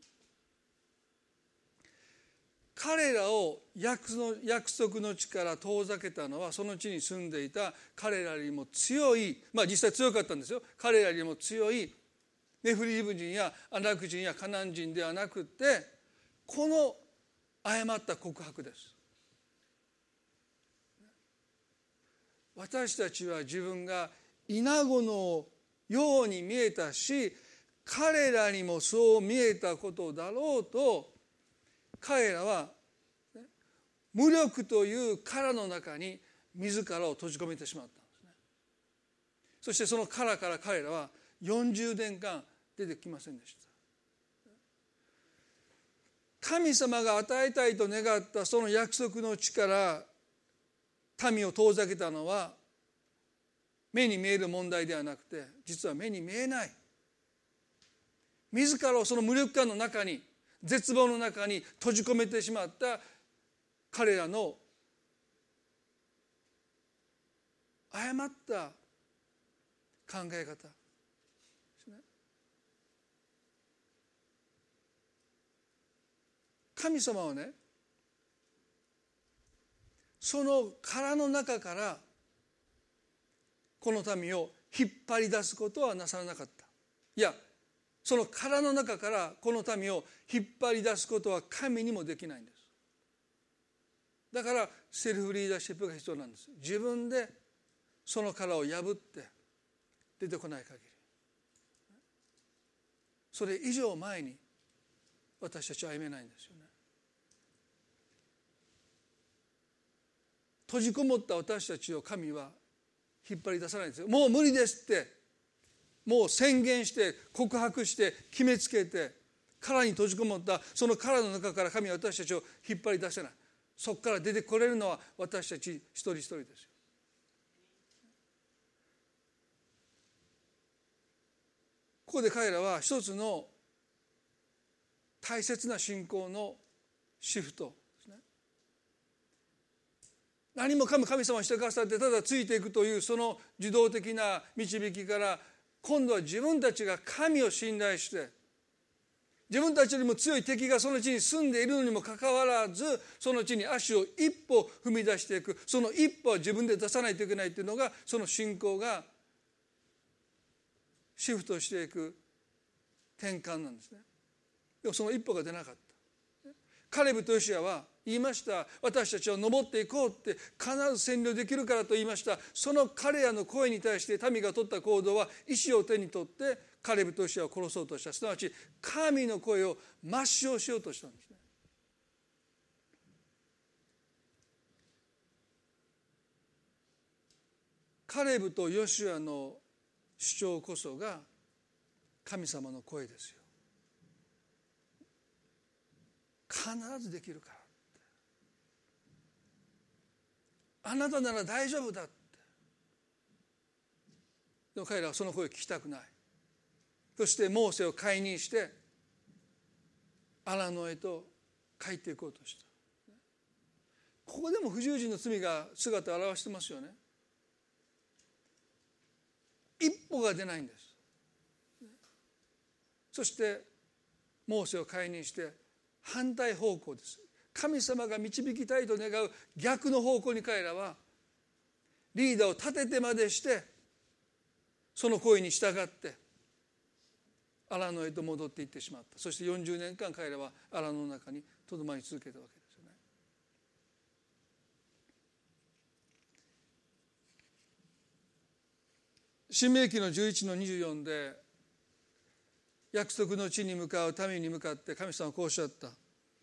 Speaker 1: 彼らを約束の地から遠ざけたのは、その地に住んでいた彼らよりも強い、まあ実際強かったんですよ、彼らよりも強いネフリム人やアナク人やカナン人ではなくて、この誤った告白です。私たちは自分がイナゴのように見えたし、彼らにもそう見えたことだろうと、彼らは無力という殻の中に自らを閉じ込めてしまったんですね。そしてその殻から彼らはよんじゅうねんかん出てきませんでした。神様が与えたいと願ったその約束の地から民を遠ざけたのは、目に見える問題ではなくて、実は目に見えない、自らをその無力感の中に、絶望の中に閉じ込めてしまった彼らの誤った考え方ですね。神様はね、その殻の中からこの民を引っ張り出すことはなさらなかった。いや、その殻の中からこの民を引っ張り出すことは神にもできないんです。だからセルフリーダーシップが必要なんです。自分でその殻を破って出てこない限り、それ以上前に私たちは歩めないんですよね。閉じこもった私たちを神は引っ張り出さないんですよ。もう無理ですって、もう宣言して告白して決めつけて、殻に閉じこもったその殻の中から神は私たちを引っ張り出せない。そこから出てこれるのは私たち一人一人ですよ。ここで彼らは一つの大切な信仰のシフトですね。何もかも神様してくださってただついていくというその受動的な導きから、今度は自分たちが神を信頼して、自分たちよりも強い敵がその地に住んでいるのにもかかわらず、その地に足を一歩踏み出していく、その一歩は自分で出さないといけないというのが、その信仰がシフトしていく転換なんですね。でもその一歩が出なかった。カレブとヨシュアは言いました。私たちは登っていこうって必ず占領できるからと言いました。その彼らの声に対して民が取った行動は、石を手に取ってカレブとヨシュアを殺そうとした。すなわち神の声を抹消しようとしたんですね。カレブとヨシュアの主張こそが神様の声ですよ。必ずできるから。 あなたなら大丈夫だって。でも彼らはその声を聞きたくない。そしてモーセを解任して荒野へと帰っていこうとした。ここでも不従順の罪が姿を現してますよね。一歩が出ないんです。そしてモーセを解任して反対方向です。神様が導きたいと願う逆の方向に彼らはリーダーを立ててまでしてその声に従って荒野へと戻っていってしまった。そしてよんじゅうねんかん彼らは荒野の中にとどまり続けたわけですよね。申命記のじゅういちのにじゅうよんで約束の地に向かう民に向かって神様はこうおっしゃった。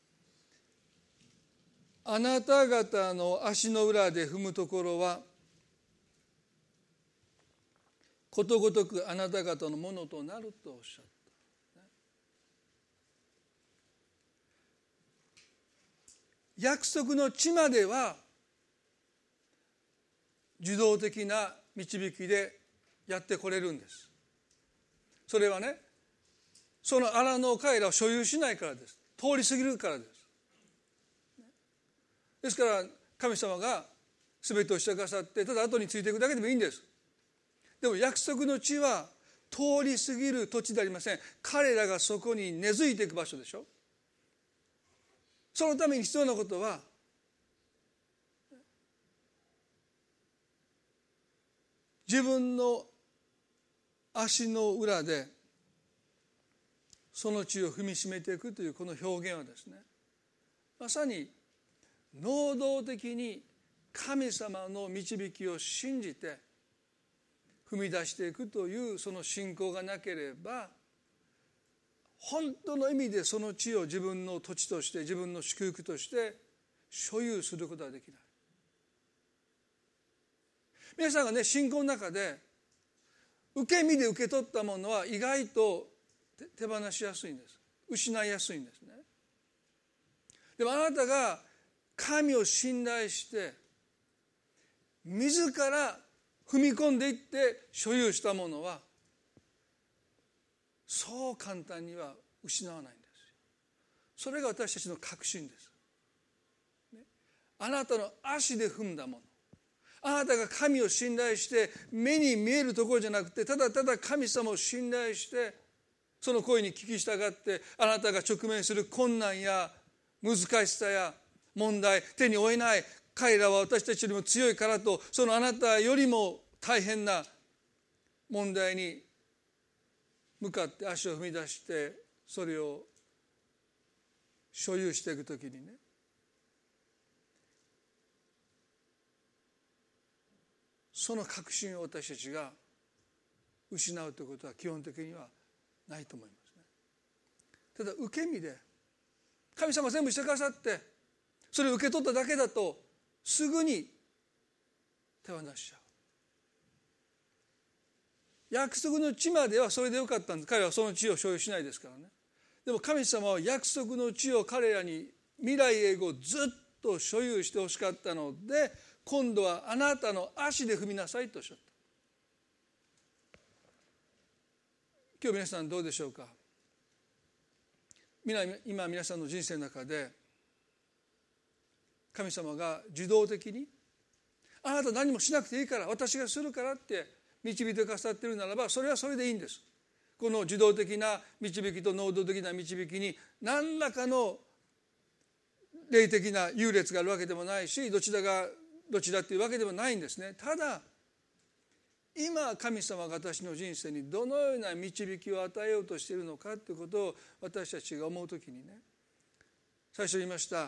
Speaker 1: あなた方の足の裏で踏むところはことごとくあなた方のものとなるとおっしゃった。約束の地までは受動的な導きでやってこれるんです。それはね、その荒野を彼らを所有しないからです。通り過ぎるからです。ですから神様が全てをしてくださってただ後についていくだけでもいいんです。でも約束の地は通り過ぎる土地でありません。彼らがそこに根付いていく場所でしょ。そのために必要なことは自分の足の裏でその地を踏みしめていくというこの表現はですね、まさに能動的に神様の導きを信じて踏み出していくというその信仰がなければ本当の意味でその地を自分の土地として自分の祝福として所有することはできない。皆さんがね、信仰の中で受け身で受け取ったものは意外と手放しやすいんです。失いやすいんですね。でもあなたが神を信頼して自ら踏み込んでいって所有したものはそう簡単には失わないんですよ。それが私たちの確信です、ね、あなたの足で踏んだもの、あなたが神を信頼して目に見えるところじゃなくてただただ神様を信頼してその声に聞き従ってあなたが直面する困難や難しさや問題、手に負えない彼らは私たちよりも強いからとそのあなたよりも大変な問題に向かって足を踏み出してそれを所有していくときにね、その確信を私たちが失うということは基本的にはないと思いますね。ただ受け身で神様が全部してくださってそれを受け取っただけだとすぐに手放しちゃう。約束の地まではそれでよかったんです。彼らはその地を所有しないですからね。でも神様は約束の地を彼らに未来永劫ずっと所有してほしかったので今度はあなたの足で踏みなさいとおっしゃった。今日皆さんどうでしょうか。今皆さんの人生の中で神様が自動的にあなた何もしなくていいから私がするからって導いてくださっているならばそれはそれでいいんです。この自動的な導きと能動的な導きに何らかの霊的な優劣があるわけでもないしどちらがどちらっていうわけでもないんですね。ただ今神様が私の人生にどのような導きを与えようとしているのかということを私たちが思うときにね、最初言いました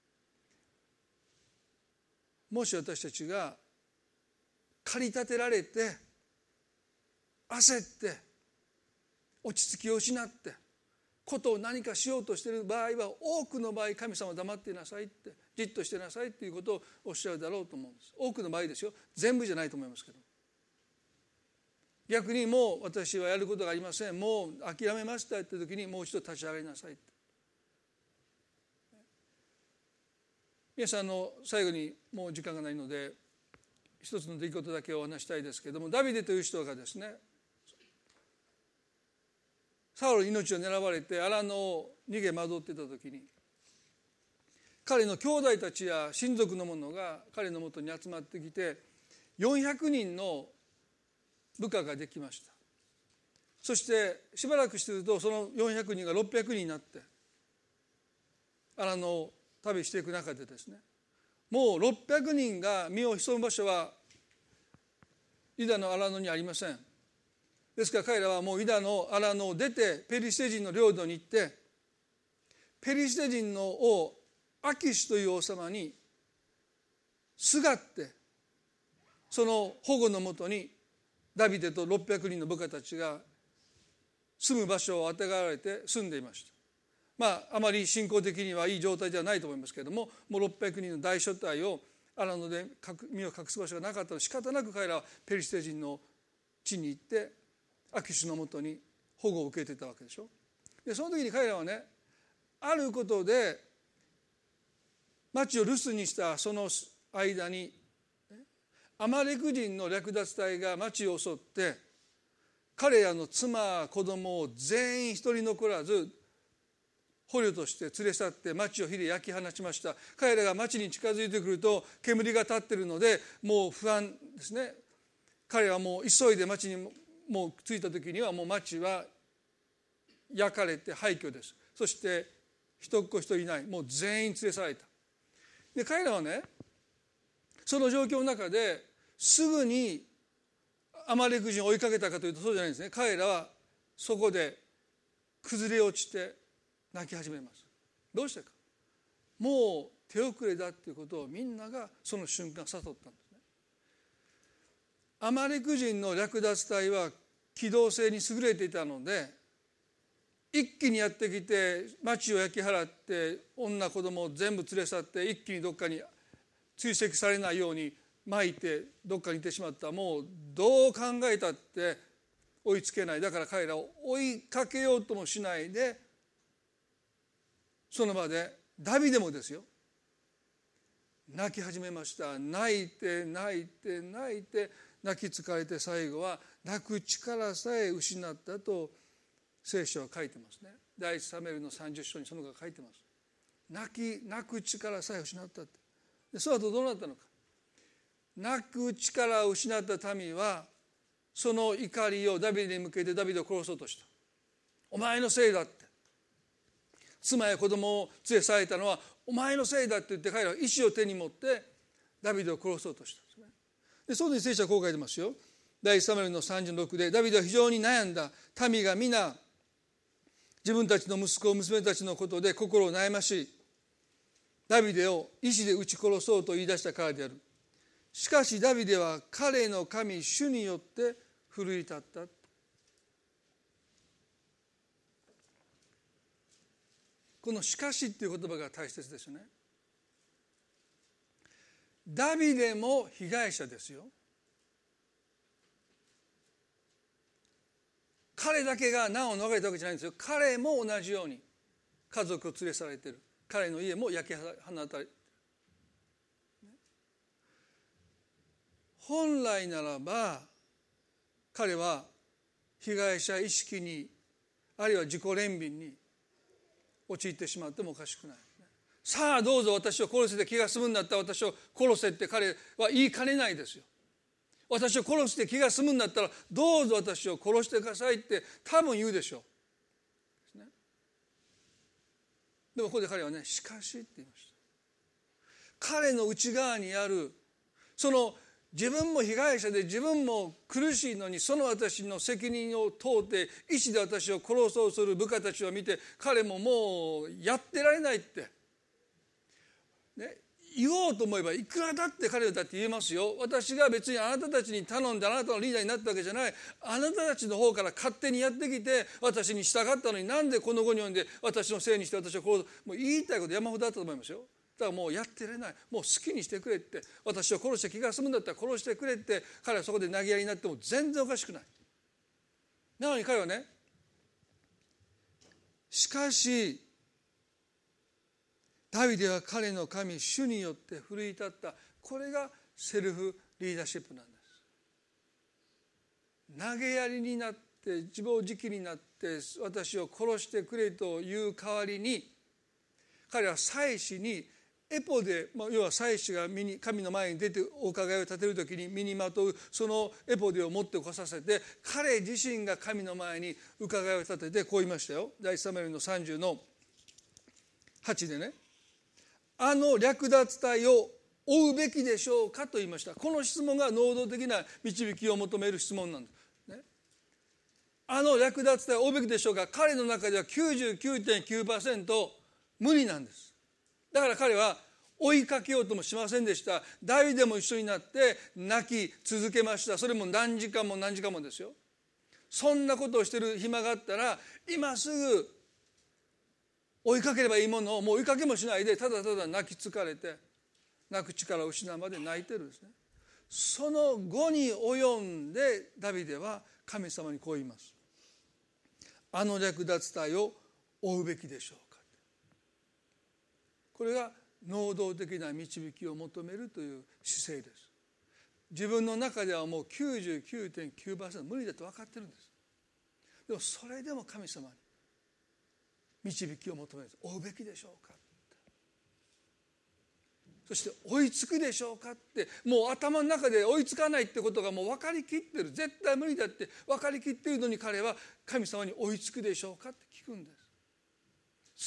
Speaker 1: もし私たちが駆り立てられて焦って落ち着きを失ってことを何かしようとしている場合は多くの場合神様は黙っていなさいってじっとしてなさいっていうことをおっしゃるだろうと思うんです。多くの場合ですよ、全部じゃないと思いますけど、逆にもう私はやることがありません、もう諦めましたって時にもう一度立ち上がりなさいって。 皆さんの最後にもう時間がないので一つの出来事だけをお話したいですけれども、ダビデという人がですね、サウルに命を狙われて荒野を逃げ惑っていた時に、彼の兄弟たちや親族の者が彼のもとに集まってきて、よんひゃくにんの部下ができました。そしてしばらくしていると、そのよんひゃくにんがろっぴゃくにんになって荒野を旅していく中でですね、もうろっぴゃくにんが身を潜む場所はユダの荒野にありません。ですから彼らはもうユダの荒野を出てペリシテ人の領土に行って、ペリシテ人の王アキシュという王様にすがって、その保護のもとにダビデとろっぴゃくにんの部下たちが住む場所を与えられて住んでいました。まああまり信仰的にはいい状態ではないと思いますけれども、もうろっぴゃくにんの大所帯を荒野で身を隠す場所がなかったので、仕方なく彼らはペリシテ人の地に行ってアキシュのもとに保護を受けていたわけでしょ。でその時に彼らはね、あることで町を留守にしたその間にアマレク人の略奪隊が町を襲って、彼らの妻子供を全員一人残らず捕虜として連れ去って町を火で焼き放ちました。彼らが町に近づいてくると煙が立っているのでもう不安ですね。彼らはもう急いで町にもう着いた時にはもう町は焼かれて廃墟です。そして一っ子一人いない、もう全員連れ去られた。で彼らはね、その状況の中ですぐにアマレク人を追いかけたかというとそうじゃないんですね。彼らはそこで崩れ落ちて泣き始めます。どうしてか、もう手遅れだということをみんながその瞬間悟ったんですね。アマレク人の略奪隊は機動性に優れていたので、一気にやってきて町を焼き払って女子供を全部連れ去って一気にどっかに追跡されないように巻いてどっかに行ってしまった。もうどう考えたって追いつけない。だから彼らを追いかけようともしないで、その場でダビデもですよ、泣き始めました。泣いて泣いて泣いて泣き疲れて、最後は泣く力さえ失ったと聖書は書いてますね。第一サムエルのさんじゅっ章にそのが書いてます。泣き泣く力さえ失ったって。でその後どうなったのか。泣く力を失った民はその怒りをダビデに向けてダビデを殺そうとした。お前のせいだって、妻や子供を連れ去られたのはお前のせいだって言って、彼らは石を手に持ってダビデを殺そうとしたんですね。でその時に聖書はこう書いてますよ。第一サムエルのさんじゅうろくで、ダビデは非常に悩んだ。民が皆自分たちの息子娘たちのことで心を悩まし、ダビデを石で撃ち殺そうと言い出したからである。しかしダビデは彼の神主によって奮い立った。このしかしっていう言葉が大切ですよね。ダビデも被害者ですよ。彼だけが難を逃れたわけじゃないんですよ。彼も同じように家族を連れ去られている。彼の家も焼き放たれている。本来ならば彼は被害者意識に、あるいは自己憐憫に陥ってしまってもおかしくない。さあどうぞ私を殺せて気が済むんだったら私を殺せって彼は言いかねないですよ。私を殺して気が済むんだったらどうぞ私を殺してくださいって多分言うでしょう。でもここで彼はね、しかしって言いました。彼の内側にあるその自分も被害者で自分も苦しいのに、その私の責任を問うて石で私を殺そうする部下たちを見て、彼ももうやってられないって、ね、言おうと思えばいくらだって彼だって言えますよ。私が別にあなたたちに頼んであなたのリーダーになったわけじゃない。あなたたちの方から勝手にやってきて私に従ったのに、なんでこの後に及んで私のせいにして私を殺す。もう言いたいこと山ほどあったと思いますよ。だからもうやってられない、もう好きにしてくれって、私を殺して気が済むんだったら殺してくれって、彼はそこで投げやりになっても全然おかしくない。なのに彼はね、しかしダビデは彼の神主によって奮い立った。これがセルフリーダーシップなんです。投げやりになって自暴自棄になって私を殺してくれという代わりに、彼は祭司にエポで、要は祭司が神の前に出てお伺いを立てるときに身にまとうそのエポデを持ってこさせて、彼自身が神の前に伺いを立ててこう言いましたよ。第一サムエルのさんじゅうのはちでね、あの略奪隊を追うべきでしょうかと言いました。この質問が能動的な導きを求める質問なんです、ね、あの略奪隊を追うべきでしょうか。彼の中では きゅうじゅうきゅうてんきゅうパーセント 無理なんです。だから彼は追いかけようともしませんでした。ダビデも一緒になって泣き続けました。それも何時間も何時間もですよ。そんなことをしてる暇があったら今すぐ追いかければいいものをもう追いかけもしないでただただ泣き疲れて泣く力を失うまで泣いてるんですね。その後に及んでダビデは神様にこう言います。あの略奪隊を追うべきでしょうか。これが能動的な導きを求めるという姿勢です。自分の中ではもう きゅうじゅうきゅうてんきゅうパーセント 無理だと分かってるんです。でもそれでも神様に導きを求める。追うべきでしょうか。そして追いつくでしょうかって、もう頭の中で追いつかないってことがもう分かりきってる。絶対無理だって分かりきっているのに彼は神様に追いつくでしょうかって聞くんです。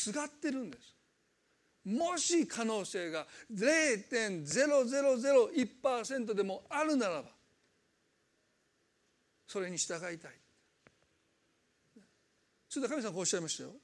Speaker 1: すがってるんです。もし可能性が ゼロてんゼロゼロゼロいちパーセント でもあるならばそれに従いたい。それで神様こうおっしゃいましたよ。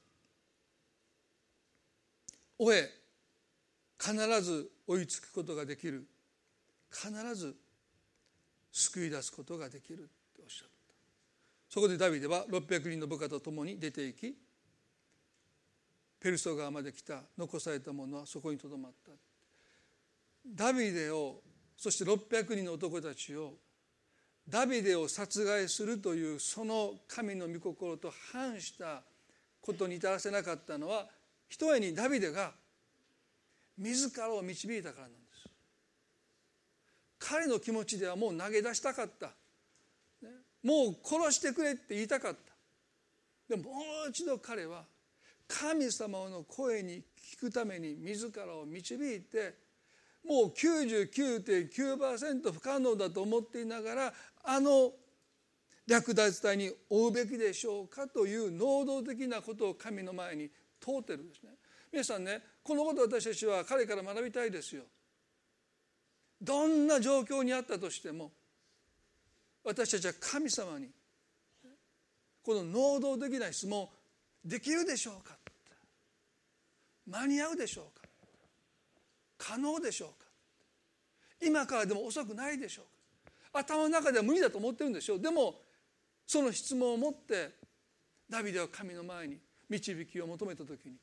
Speaker 1: 追え、必ず追いつくことができる。必ず救い出すことができるとおっしゃった。そこでダビデはろっぴゃくにんの部下と共に出て行き、ペルソ川まで来た。残された者はそこにとどまった。ダビデを、そしてろっぴゃくにんの男たちをダビデを殺害するというその神の御心と反したことに至らせなかったのは、ひとえにダビデが自らを導いたからなんです。彼の気持ちではもう投げ出したかった、もう殺してくれって言いたかった。でももう一度彼は神様の声に聞くために自らを導いて、もう きゅうじゅうきゅうてんきゅうパーセント 不可能だと思っていながら、あの略奪隊に追うべきでしょうかという能動的なことを神の前に問うてるんですね。皆さんね、このことを私たちは彼から学びたいですよ。どんな状況にあったとしても私たちは神様にこの能動的な質問、できるでしょうか、間に合うでしょうか、可能でしょうか、今からでも遅くないでしょうか。頭の中では無理だと思ってるんでしょう。でもその質問を持ってダビデは神の前に導きを求めたときに、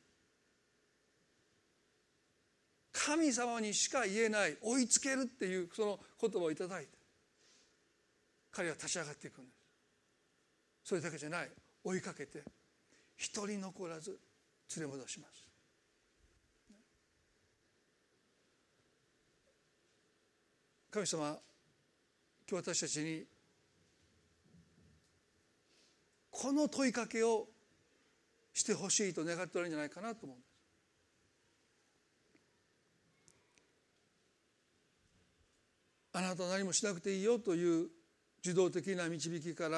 Speaker 1: 神様にしか言えない追いつけるっていうその言葉をいただいて、彼は立ち上がっていくんです。それだけじゃない、追いかけて一人残らず連れ戻します。神様、今日私たちにこの問いかけをしてほしいと願っておられるんじゃないかなと思うんです。あなたは何もしなくていいよという受動的な導きから、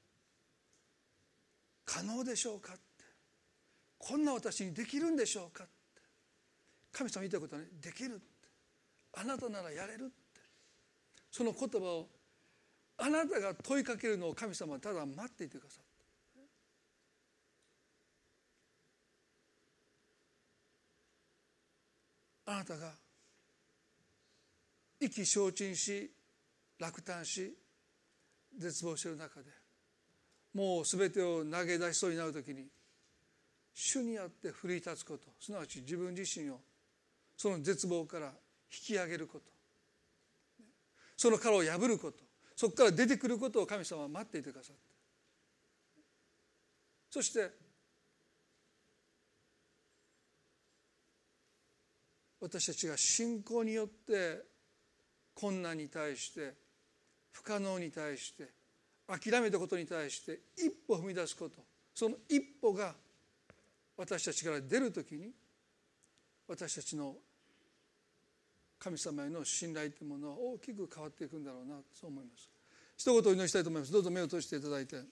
Speaker 1: 可能でしょうかって、こんな私にできるんでしょうかって、神様言いたいことはね、できるって、あなたならやれるって、その言葉をあなたが問いかけるのを神様はただ待っていてくださって、あなたが意気消沈し落胆し絶望している中で、もう全てを投げ出しそうになるときに主にあって奮い立つこと、すなわち自分自身をその絶望から引き上げること、その殻を破ること、そこから出てくることを神様は待っていてくださって、そして私たちが信仰によって困難に対して、不可能に対して、諦めたことに対して一歩踏み出すこと、その一歩が私たちから出るときに、私たちの神様への信頼というものは大きく変わっていくんだろうな、そう思います。一言お祈りしたいと思います。どうぞ目を閉じていただいて。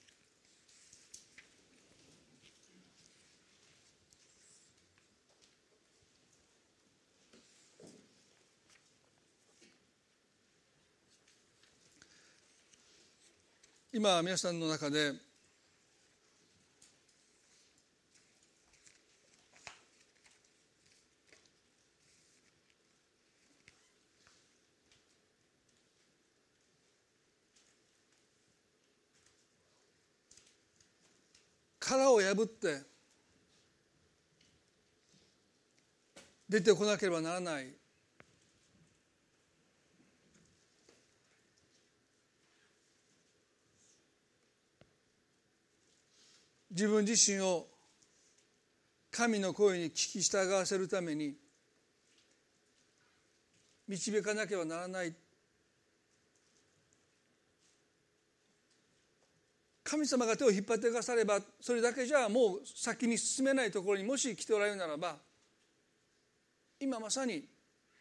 Speaker 1: 今皆さんの中で殻を破って出てこなければならない自分自身を神の声に聞き従わせるために導かなければならない。神様が手を引っ張ってくださればそれだけじゃもう先に進めないところにもし来ておられるならば、今まさに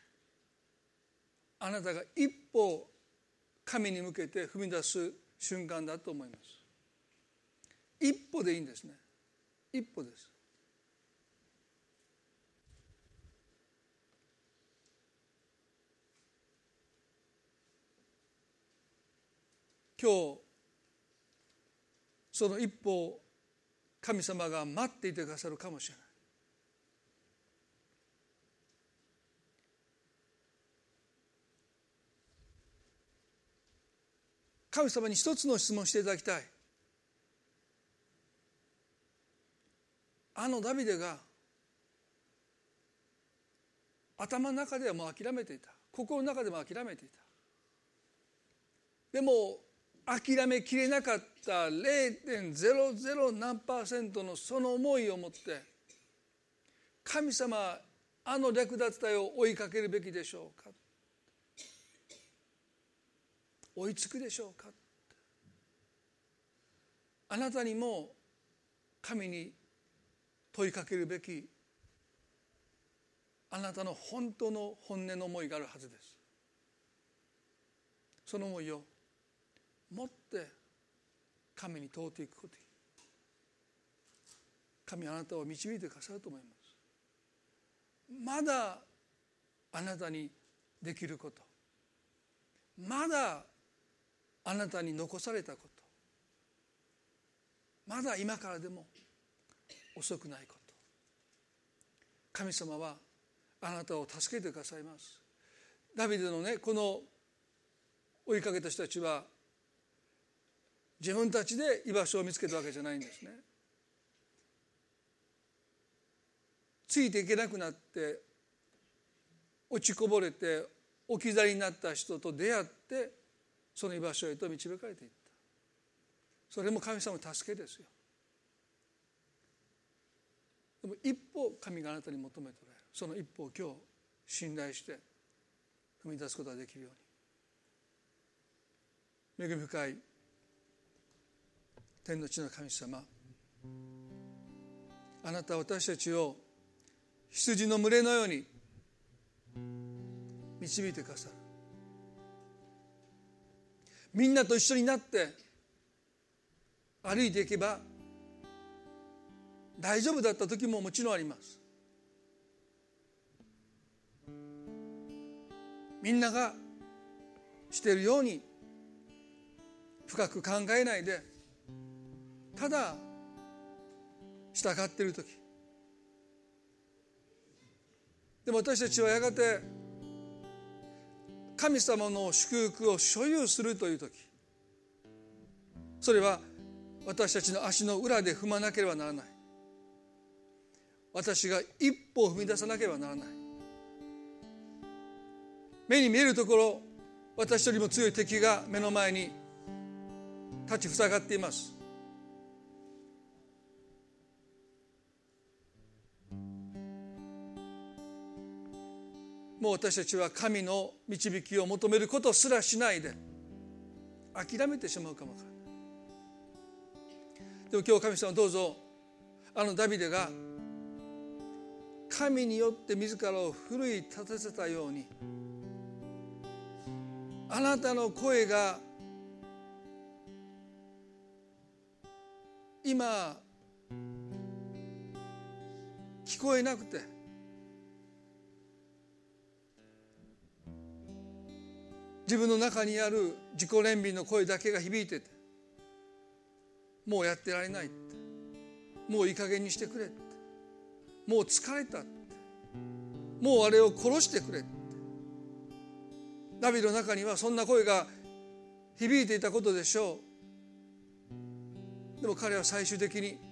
Speaker 1: あなたが一歩神に向けて踏み出す瞬間だと思います。一歩でいいんですね。一歩です。今日その一歩を神様が待っていてくださるかもしれない。神様に一つの質問をしていただきたい。あのダビデが頭の中ではもう諦めていた、心の中でも諦めていた。でも諦めきれなかった ゼロてんゼロゼロ 何パーセントのその思いを持って、神様あの略奪隊を追いかけるべきでしょうか、追いつくでしょうか、あなたにも神に問いかけるべきあなたの本当の本音の思いがあるはずです。その思いを持って神に問うていくことに、神はあなたを導いてくださると思います。まだあなたにできること、まだあなたに残されたこと、まだ今からでも遅くないこと、神様はあなたを助けてくださいます。ダビデのね、この追いかけた人たちは自分たちで居場所を見つけたわけじゃないんですね。ついていけなくなって落ちこぼれて置き去りになった人と出会ってその居場所へと導かれていった。それも神様の助けですよ。でも一歩神があなたに求めておられる、その一歩を今日信頼して踏み出すことができるように、恵み深い天の地の神様、あなたは私たちを羊の群れのように導いてくださる。みんなと一緒になって歩いていけば大丈夫だった時ももちろんあります。みんながしているように深く考えないでただ従っている時、でも私たちはやがて神様の祝福を所有するという時、それは私たちの足の裏で踏まなければならない。私が一歩を踏み出さなければならない。目に見えるところ、私よりも強い敵が目の前に立ちふさがっています。 もう私たちは神の導きを求めることすらしないで諦めてしまうかもわからない。でも今日神様どうぞ、あのダビデが神によって自らを奮い立たせたように、あなたの声が今聞こえなくて、自分の中にある自己憐憫の声だけが響いてて、もうやってられないって、もういい加減にしてくれって、もう疲れたって、もうあれを殺してくれって、ダビデの中にはそんな声が響いていたことでしょう。でも彼は最終的に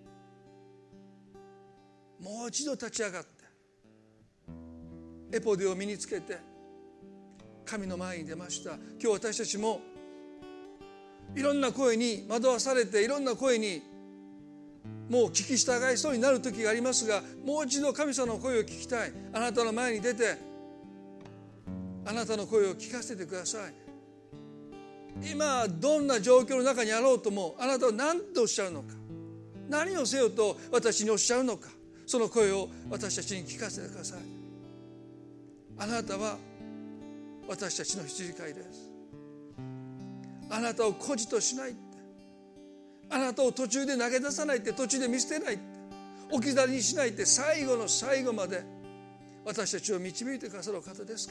Speaker 1: もう一度立ち上がってエポデを身につけて神の前に出ました。今日私たちもいろんな声に惑わされて、いろんな声にもう聞き従いそうになる時がありますが、もう一度神様の声を聞きたい。あなたの前に出てあなたの声を聞かせてください。今どんな状況の中にあろうとも、あなたは何とおっしゃるのか、何をせよと私におっしゃるのか、その声を私たちに聞かせてください。あなたは私たちの羊飼いです。あなたを孤児としないって、あなたを途中で投げ出さないって、途中で見捨てないって、置き去りにしないって、最後の最後まで私たちを導いてくださる方ですから。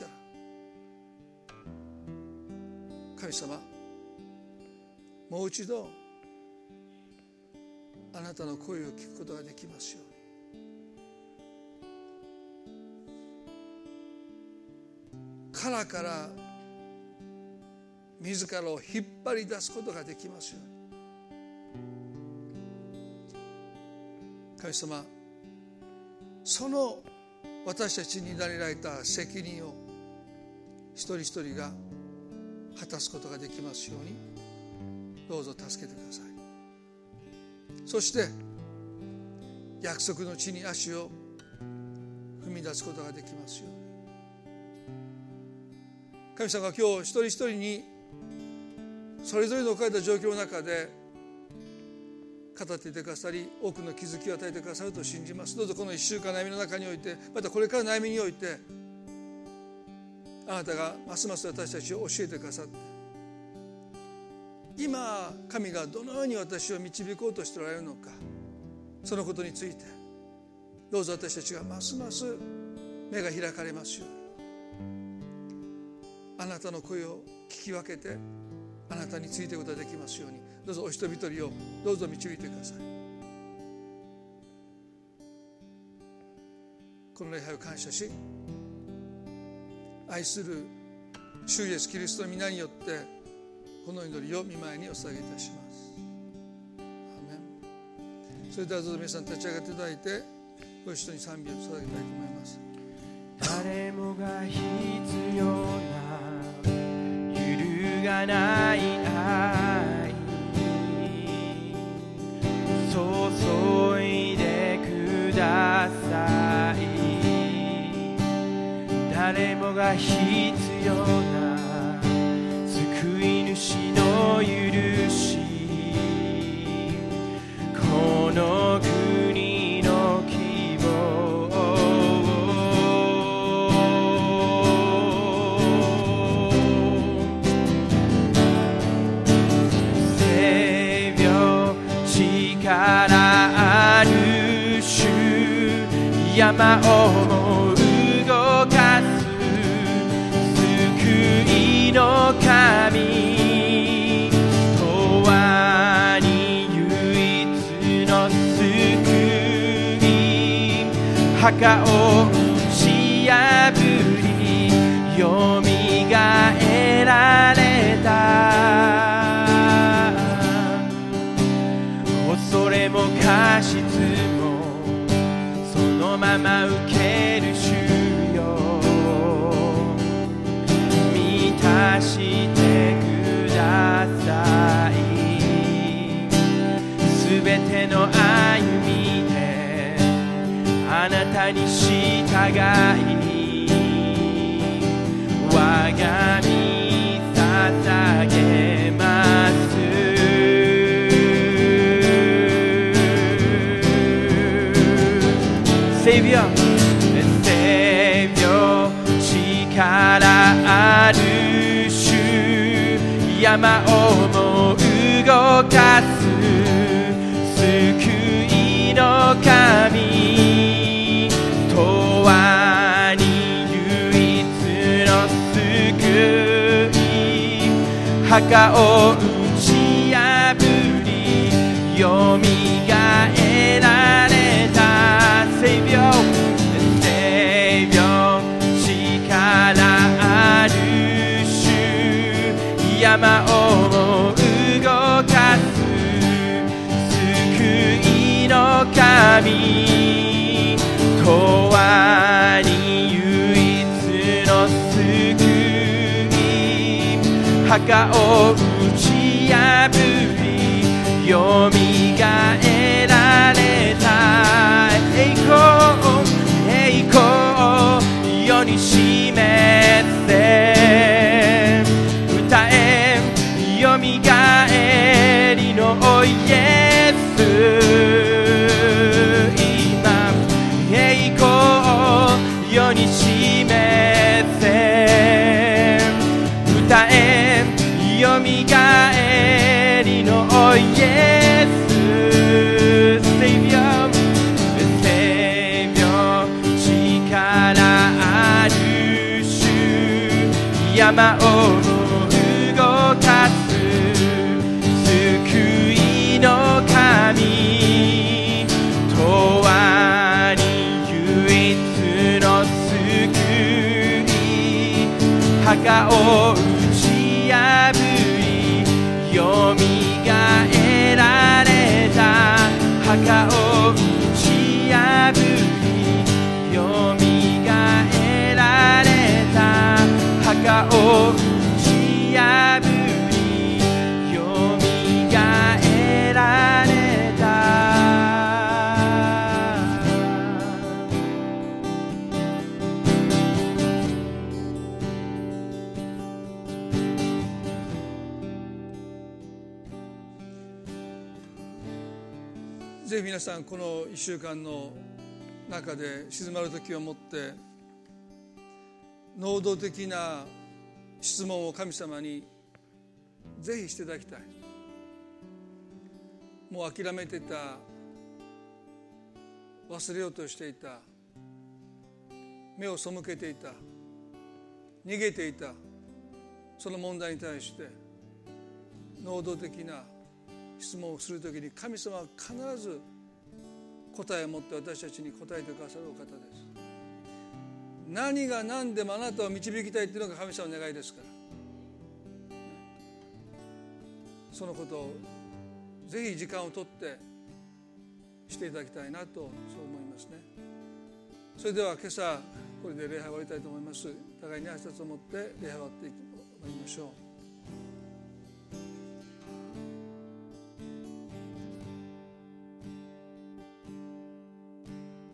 Speaker 1: 神様、もう一度あなたの声を聞くことができますように。殻から自らを引っ張り出すことができますように。神様、その私たちに委ねられた責任を一人一人が果たすことができますようにどうぞ助けてください。そして約束の地に足を踏み出すことができますように。神様が今日一人一人にそれぞれの置かれた状況の中で語っていてくださり、多くの気づきを与えてくださると信じます。どうぞこの一週間悩みの中において、またこれから悩みにおいて、あなたがますます私たちを教えてくださって、今神がどのように私を導こうとしておられるのか、そのことについてどうぞ私たちがますます目が開かれますように、あなたの声を聞き分けてあなたについていくことができますように、どうぞお一人一人をどうぞ導いてください。この礼拝を感謝し、愛する主イエスキリストの皆によってこの祈りを御前にお捧げいたします。アーメン。それではどうぞ皆さん立ち上がっていただいて、ご一緒に賛美を捧げたいと思います。
Speaker 2: 誰もが必要な揺るがない愛注いでください。誰もが必要な救い主の許し、この国の希望、聖病力ある主、山をも動かす救いの神、永遠に唯一の救い、墓を打ち破りよみがえられた、恐れも過失もそのまま受ける主よ、満たしてください。すべての歩みであなたに従い、 Savior Savior 力ある主山をも動かす救いの神永遠に唯一の救い墓を打ち破りよみがえられた Savior Savior 力ある主山をも動かす救いの神永遠に唯一の救い墓を打ち破りよみがえられた栄光栄光世に示せ歌えよみがえりのイエス今栄光世に示せ歌えよみがえりのイエス Savior Savior 力ある主山を動かす救いの神永遠に唯一の救い墓を打ち破りよみがえられた墓を打ち破りよみがえられた墓を打ち破りよみがえられた
Speaker 1: ぜひ皆さんこのいっしゅうかんの中で静まる時をもって能動的な質問を神様にぜひしていただきたい。もう諦めてた、忘れようとしていた、目を背けていた、逃げていたその問題に対して能動的な質問をするときに神様は必ず答えを持って私たちに答えてくださるお方です。何が何でもあなたを導きたいというのが神様の願いですから、そのことをぜひ時間をとってしていただきたいなとそう思いますね。それでは今朝これで礼拝を終わりたいと思います。互いに挨拶を持って礼拝を終わっていきましょう。